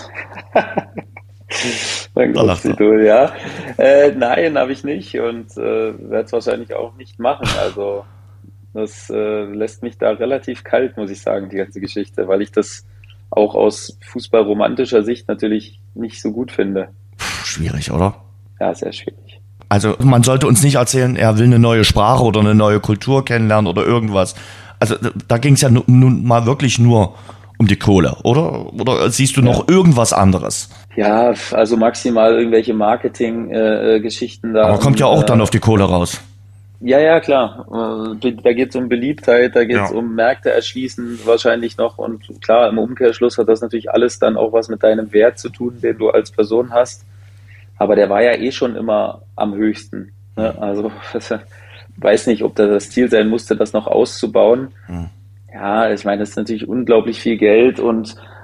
Speaker 3: Mein großes Idol, ja. Äh, nein, habe ich nicht und äh, werde es wahrscheinlich auch nicht machen. Also das äh, lässt mich da relativ kalt, muss ich sagen, die ganze Geschichte, weil ich das auch aus fußballromantischer Sicht natürlich nicht so gut finde.
Speaker 2: Puh, schwierig, oder?
Speaker 3: Ja, sehr schwierig.
Speaker 2: Also man sollte uns nicht erzählen, er will eine neue Sprache oder eine neue Kultur kennenlernen oder irgendwas. Also da ging es ja nun, nun mal wirklich nur um die Kohle, oder? Oder siehst du noch ja. irgendwas anderes?
Speaker 3: Ja, also maximal irgendwelche Marketing-Geschichten äh, da.
Speaker 2: Aber kommt ja auch äh, dann auf die Kohle raus.
Speaker 3: Ja, ja, klar. Da geht es um Beliebtheit, da geht es ja. um Märkte erschließen wahrscheinlich noch. Und klar, im Umkehrschluss hat das natürlich alles dann auch was mit deinem Wert zu tun, den du als Person hast. Aber der war ja eh schon immer am höchsten. Ne? Also weiß nicht, ob das das Ziel sein musste, das noch auszubauen. Hm. Ja, ich meine, das ist natürlich unglaublich viel Geld und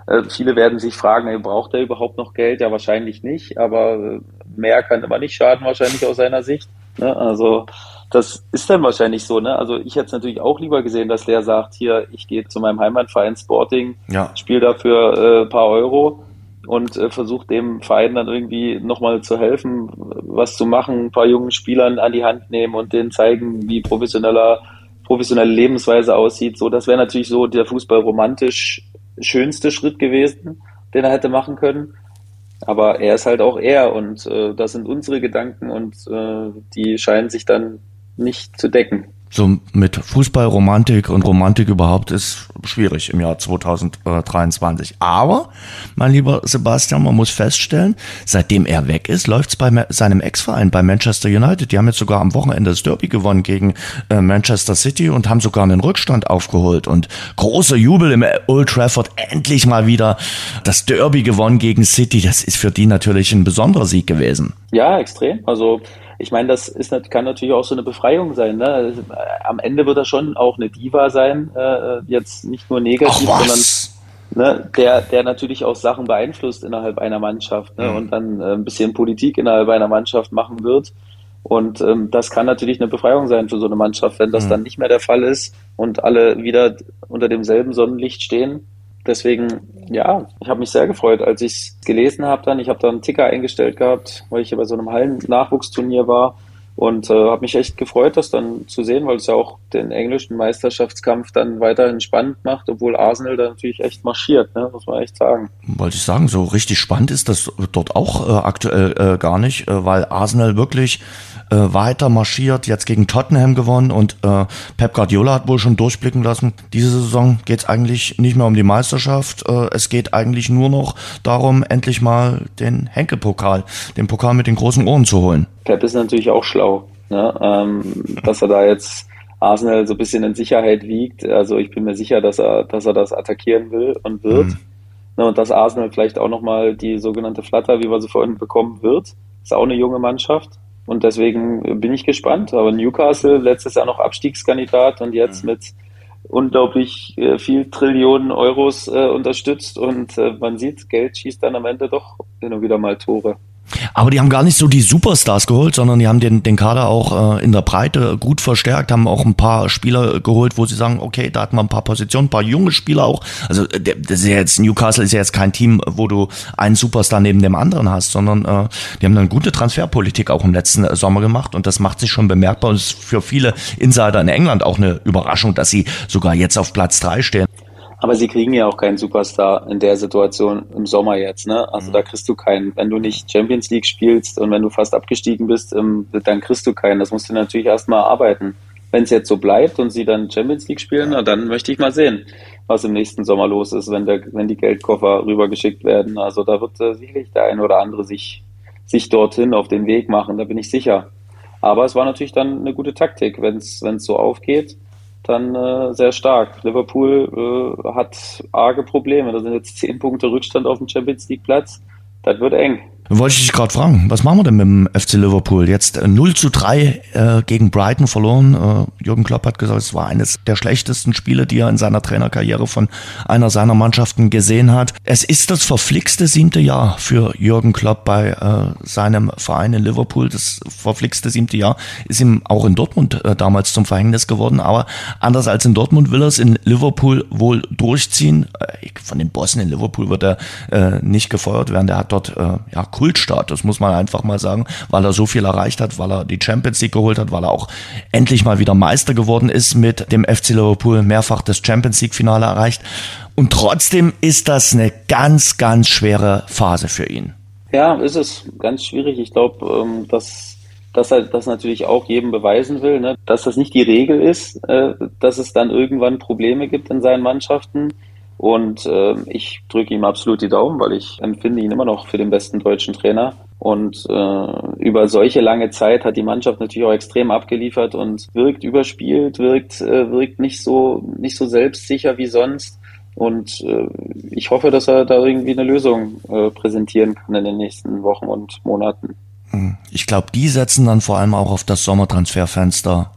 Speaker 3: Äh, viele werden sich fragen, ey, braucht er überhaupt noch Geld? Ja, wahrscheinlich nicht, aber mehr kann immer nicht schaden, wahrscheinlich aus seiner Sicht. Ne? Also das ist dann wahrscheinlich so. Ne? Also ich hätte es natürlich auch lieber gesehen, dass der sagt, hier, ich gehe zu meinem Heimatverein Sporting,
Speaker 2: Ja.
Speaker 3: spiele dafür äh, ein paar Euro und äh, versucht dem Verein dann irgendwie nochmal zu helfen, was zu machen, ein paar jungen Spielern an die Hand nehmen und denen zeigen, wie professioneller, professionelle Lebensweise aussieht. So, das wäre natürlich so der Fußball romantisch schönste Schritt gewesen, den er hätte machen können. Aber er ist halt auch er und äh, das sind unsere Gedanken und äh, die scheinen sich dann nicht zu decken.
Speaker 2: So mit Fußballromantik und Romantik überhaupt ist schwierig im Jahr zweitausenddreiundzwanzig. Aber, mein lieber Sebastian, man muss feststellen, seitdem er weg ist, läuft's bei ma- seinem Ex-Verein, bei Manchester United. Die haben jetzt sogar am Wochenende das Derby gewonnen gegen äh, Manchester City und haben sogar einen Rückstand aufgeholt. Und großer Jubel im Old Trafford, endlich mal wieder das Derby gewonnen gegen City. Das ist für die natürlich ein besonderer Sieg gewesen.
Speaker 3: Ja, extrem. Also ich meine, das ist, kann natürlich auch so eine Befreiung sein. Ne? Am Ende wird er schon auch eine Diva sein, äh, jetzt nicht nur negativ,
Speaker 2: Ach,
Speaker 3: sondern
Speaker 2: was?
Speaker 3: ne, der, der natürlich auch Sachen beeinflusst innerhalb einer Mannschaft, ne?
Speaker 2: Mhm.
Speaker 3: Und dann äh, ein bisschen Politik innerhalb einer Mannschaft machen wird. Und ähm, das kann natürlich eine Befreiung sein für so eine Mannschaft, wenn das
Speaker 2: Mhm.
Speaker 3: dann nicht mehr der Fall ist und alle wieder unter demselben Sonnenlicht stehen. Deswegen, ja, ich habe mich sehr gefreut, als ich es gelesen habe dann. Ich habe da einen Ticker eingestellt gehabt, weil ich hier bei so einem Hallen-Nachwuchsturnier war und äh, habe mich echt gefreut, das dann zu sehen, weil es ja auch den englischen Meisterschaftskampf dann weiterhin spannend macht, obwohl Arsenal da natürlich echt marschiert, ne, muss man echt sagen.
Speaker 2: Wollte ich sagen, so richtig spannend ist das dort auch äh, aktuell äh, gar nicht, äh, weil Arsenal wirklich äh, weiter marschiert, jetzt gegen Tottenham gewonnen und äh, Pep Guardiola hat wohl schon durchblicken lassen, diese Saison geht es eigentlich nicht mehr um die Meisterschaft, äh, es geht eigentlich nur noch darum, endlich mal den Henkel-Pokal, den Pokal mit den großen Ohren zu holen.
Speaker 3: Pep ist natürlich auch schlau, ne, ähm, dass er da jetzt Arsenal so ein bisschen in Sicherheit wiegt. Also ich bin mir sicher, dass er, dass er das attackieren will und wird.
Speaker 2: Mhm.
Speaker 3: Ne, und dass Arsenal vielleicht auch nochmal die sogenannte Flatter, wie wir sie vorhin bekommen, wird. Ist auch eine junge Mannschaft. Und deswegen bin ich gespannt. Aber Newcastle, letztes Jahr noch Abstiegskandidat und jetzt mit unglaublich äh, viel Trillionen Euros äh, unterstützt. Und äh, man sieht, Geld schießt dann am Ende doch hin und wieder mal Tore.
Speaker 2: Aber die haben gar nicht so die Superstars geholt, sondern die haben den, den Kader auch äh, in der Breite gut verstärkt, haben auch ein paar Spieler geholt, wo sie sagen, okay, da hatten wir ein paar Positionen, ein paar junge Spieler auch. Also der, das ist ja jetzt, Newcastle ist ja jetzt kein Team, wo du einen Superstar neben dem anderen hast, sondern äh, die haben eine gute Transferpolitik auch im letzten äh, Sommer gemacht und das macht sich schon bemerkbar und ist für viele Insider in England auch eine Überraschung, dass sie sogar jetzt auf Platz drei stehen.
Speaker 3: Aber sie kriegen ja auch keinen Superstar in der Situation im Sommer jetzt, ne? Also da kriegst du keinen. Wenn du nicht Champions League spielst und wenn du fast abgestiegen bist, dann kriegst du keinen. Das musst du natürlich erstmal erarbeiten. Wenn es jetzt so bleibt und sie dann Champions League spielen, na, dann möchte ich mal sehen, was im nächsten Sommer los ist, wenn der, wenn die Geldkoffer rübergeschickt werden. Also da wird äh, sicherlich der ein oder andere sich, sich dorthin auf den Weg machen, da bin ich sicher. Aber es war natürlich dann eine gute Taktik, wenn es wenn es so aufgeht. Dann äh, sehr stark. Liverpool äh, hat arge Probleme. Da sind jetzt zehn Punkte Rückstand auf dem Champions League Platz. Das wird eng.
Speaker 2: Wollte ich dich gerade fragen, was machen wir denn mit dem F C Liverpool? Jetzt äh, null zu drei äh, gegen Brighton verloren. Äh, Jürgen Klopp hat gesagt, es war eines der schlechtesten Spiele, die er in seiner Trainerkarriere von einer seiner Mannschaften gesehen hat. Es ist das verflixte siebte Jahr für Jürgen Klopp bei äh, seinem Verein in Liverpool. Das verflixte siebte Jahr ist ihm auch in Dortmund äh, damals zum Verhängnis geworden. Aber anders als in Dortmund will er es in Liverpool wohl durchziehen. Äh, von den Bossen in Liverpool wird er äh, nicht gefeuert werden. Der hat dort äh, ja Kultstatus, muss man einfach mal sagen, weil er so viel erreicht hat, weil er die Champions League geholt hat, weil er auch endlich mal wieder Meister geworden ist mit dem F C Liverpool, mehrfach das Champions League Finale erreicht. Und trotzdem ist das eine ganz, ganz schwere Phase für ihn.
Speaker 3: Ja, ist es ganz schwierig. Ich glaube, dass, dass er das natürlich auch jedem beweisen will, ne? Dass das nicht die Regel ist, äh, dass es dann irgendwann Probleme gibt in seinen Mannschaften. Und äh, ich drücke ihm absolut die Daumen, weil ich empfinde ihn immer noch für den besten deutschen Trainer. Und äh, über solche lange Zeit hat die Mannschaft natürlich auch extrem abgeliefert und wirkt überspielt, wirkt äh, wirkt nicht so nicht so selbstsicher wie sonst. Und äh, ich hoffe, dass er da irgendwie eine Lösung äh, präsentieren kann in den nächsten Wochen und Monaten.
Speaker 2: Ich glaube, die setzen dann vor allem auch auf das Sommertransferfenster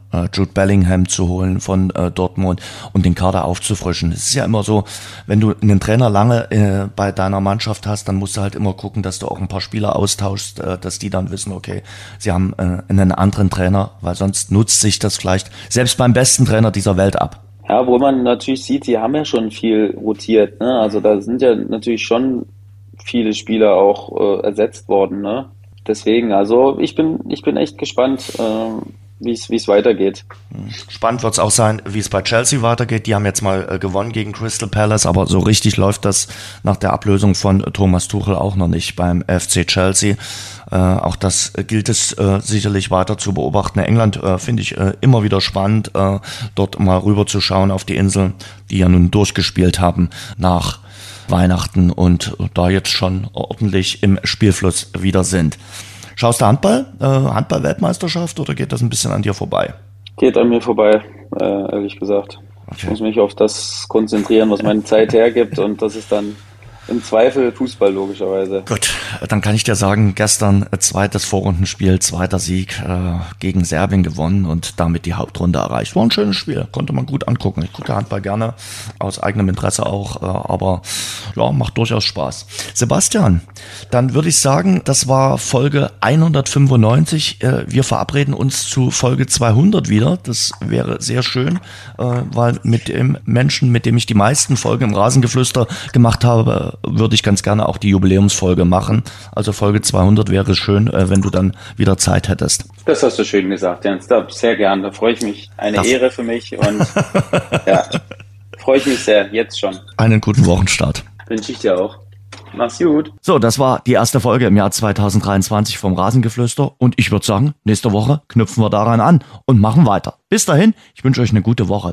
Speaker 2: äh, Jude Bellingham zu holen von äh, Dortmund und den Kader aufzufrischen. Es ist ja immer so, wenn du einen Trainer lange äh, bei deiner Mannschaft hast, dann musst du halt immer gucken, dass du auch ein paar Spieler austauschst, äh, dass die dann wissen, okay, sie haben äh, einen anderen Trainer, weil sonst nutzt sich das vielleicht selbst beim besten Trainer dieser Welt ab.
Speaker 3: Ja, wo man natürlich sieht, die haben ja schon viel rotiert, ne? Also da sind ja natürlich schon viele Spieler auch äh, ersetzt worden, ne? Deswegen, also ich bin ich bin echt gespannt, äh, wie es wie es weitergeht.
Speaker 2: Spannend wird es auch sein, wie es bei Chelsea weitergeht. Die haben jetzt mal äh, gewonnen gegen Crystal Palace, aber so richtig läuft das nach der Ablösung von Thomas Tuchel auch noch nicht beim F C Chelsea. Äh, auch das gilt es äh, sicherlich weiter zu beobachten. England äh, finde ich äh, immer wieder spannend, äh, dort mal rüber zu schauen auf die Insel, die ja nun durchgespielt haben nach Weihnachten und da jetzt schon ordentlich im Spielfluss wieder sind. Schaust du Handball? Äh, Handball-Weltmeisterschaft oder geht das ein bisschen an dir vorbei?
Speaker 3: Geht an mir vorbei, äh, ehrlich gesagt. Okay. Ich muss mich auf das konzentrieren, was meine Zeit hergibt und das ist dann im Zweifel Fußball logischerweise.
Speaker 2: Gut, dann kann ich dir sagen, gestern zweites Vorrundenspiel, zweiter Sieg äh, gegen Serbien gewonnen und damit die Hauptrunde erreicht. War ein schönes Spiel, konnte man gut angucken. Ich gucke Handball gerne, aus eigenem Interesse auch, äh, aber ja, macht durchaus Spaß. Sebastian, dann würde ich sagen, das war Folge hundertfünfundneunzig. Äh, wir verabreden uns zu Folge zweihundert wieder. Das wäre sehr schön, äh, weil mit dem Menschen, mit dem ich die meisten Folgen im Rasengeflüster gemacht habe, würde ich ganz gerne auch die Jubiläumsfolge machen. Also Folge zweihundert wäre schön, äh, wenn du dann wieder Zeit hättest.
Speaker 3: Das hast du schön gesagt, Jens. Da, sehr gern. Da freue ich mich. Eine das Ehre für mich und ja, freue ich mich sehr. Jetzt schon.
Speaker 2: Einen guten Wochenstart.
Speaker 3: Wünsche ich dir auch. Mach's gut.
Speaker 2: So, das war die erste Folge im Jahr zweitausenddreiundzwanzig vom Rasengeflüster und ich würde sagen, nächste Woche knüpfen wir daran an und machen weiter. Bis dahin, ich wünsche euch eine gute Woche.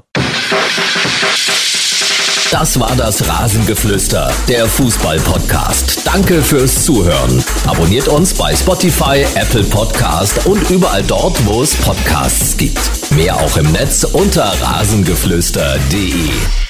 Speaker 1: Das war das Rasengeflüster, der Fußball-Podcast. Danke fürs Zuhören. Abonniert uns bei Spotify, Apple Podcast und überall dort, wo es Podcasts gibt. Mehr auch im Netz unter rasengeflüster punkt de.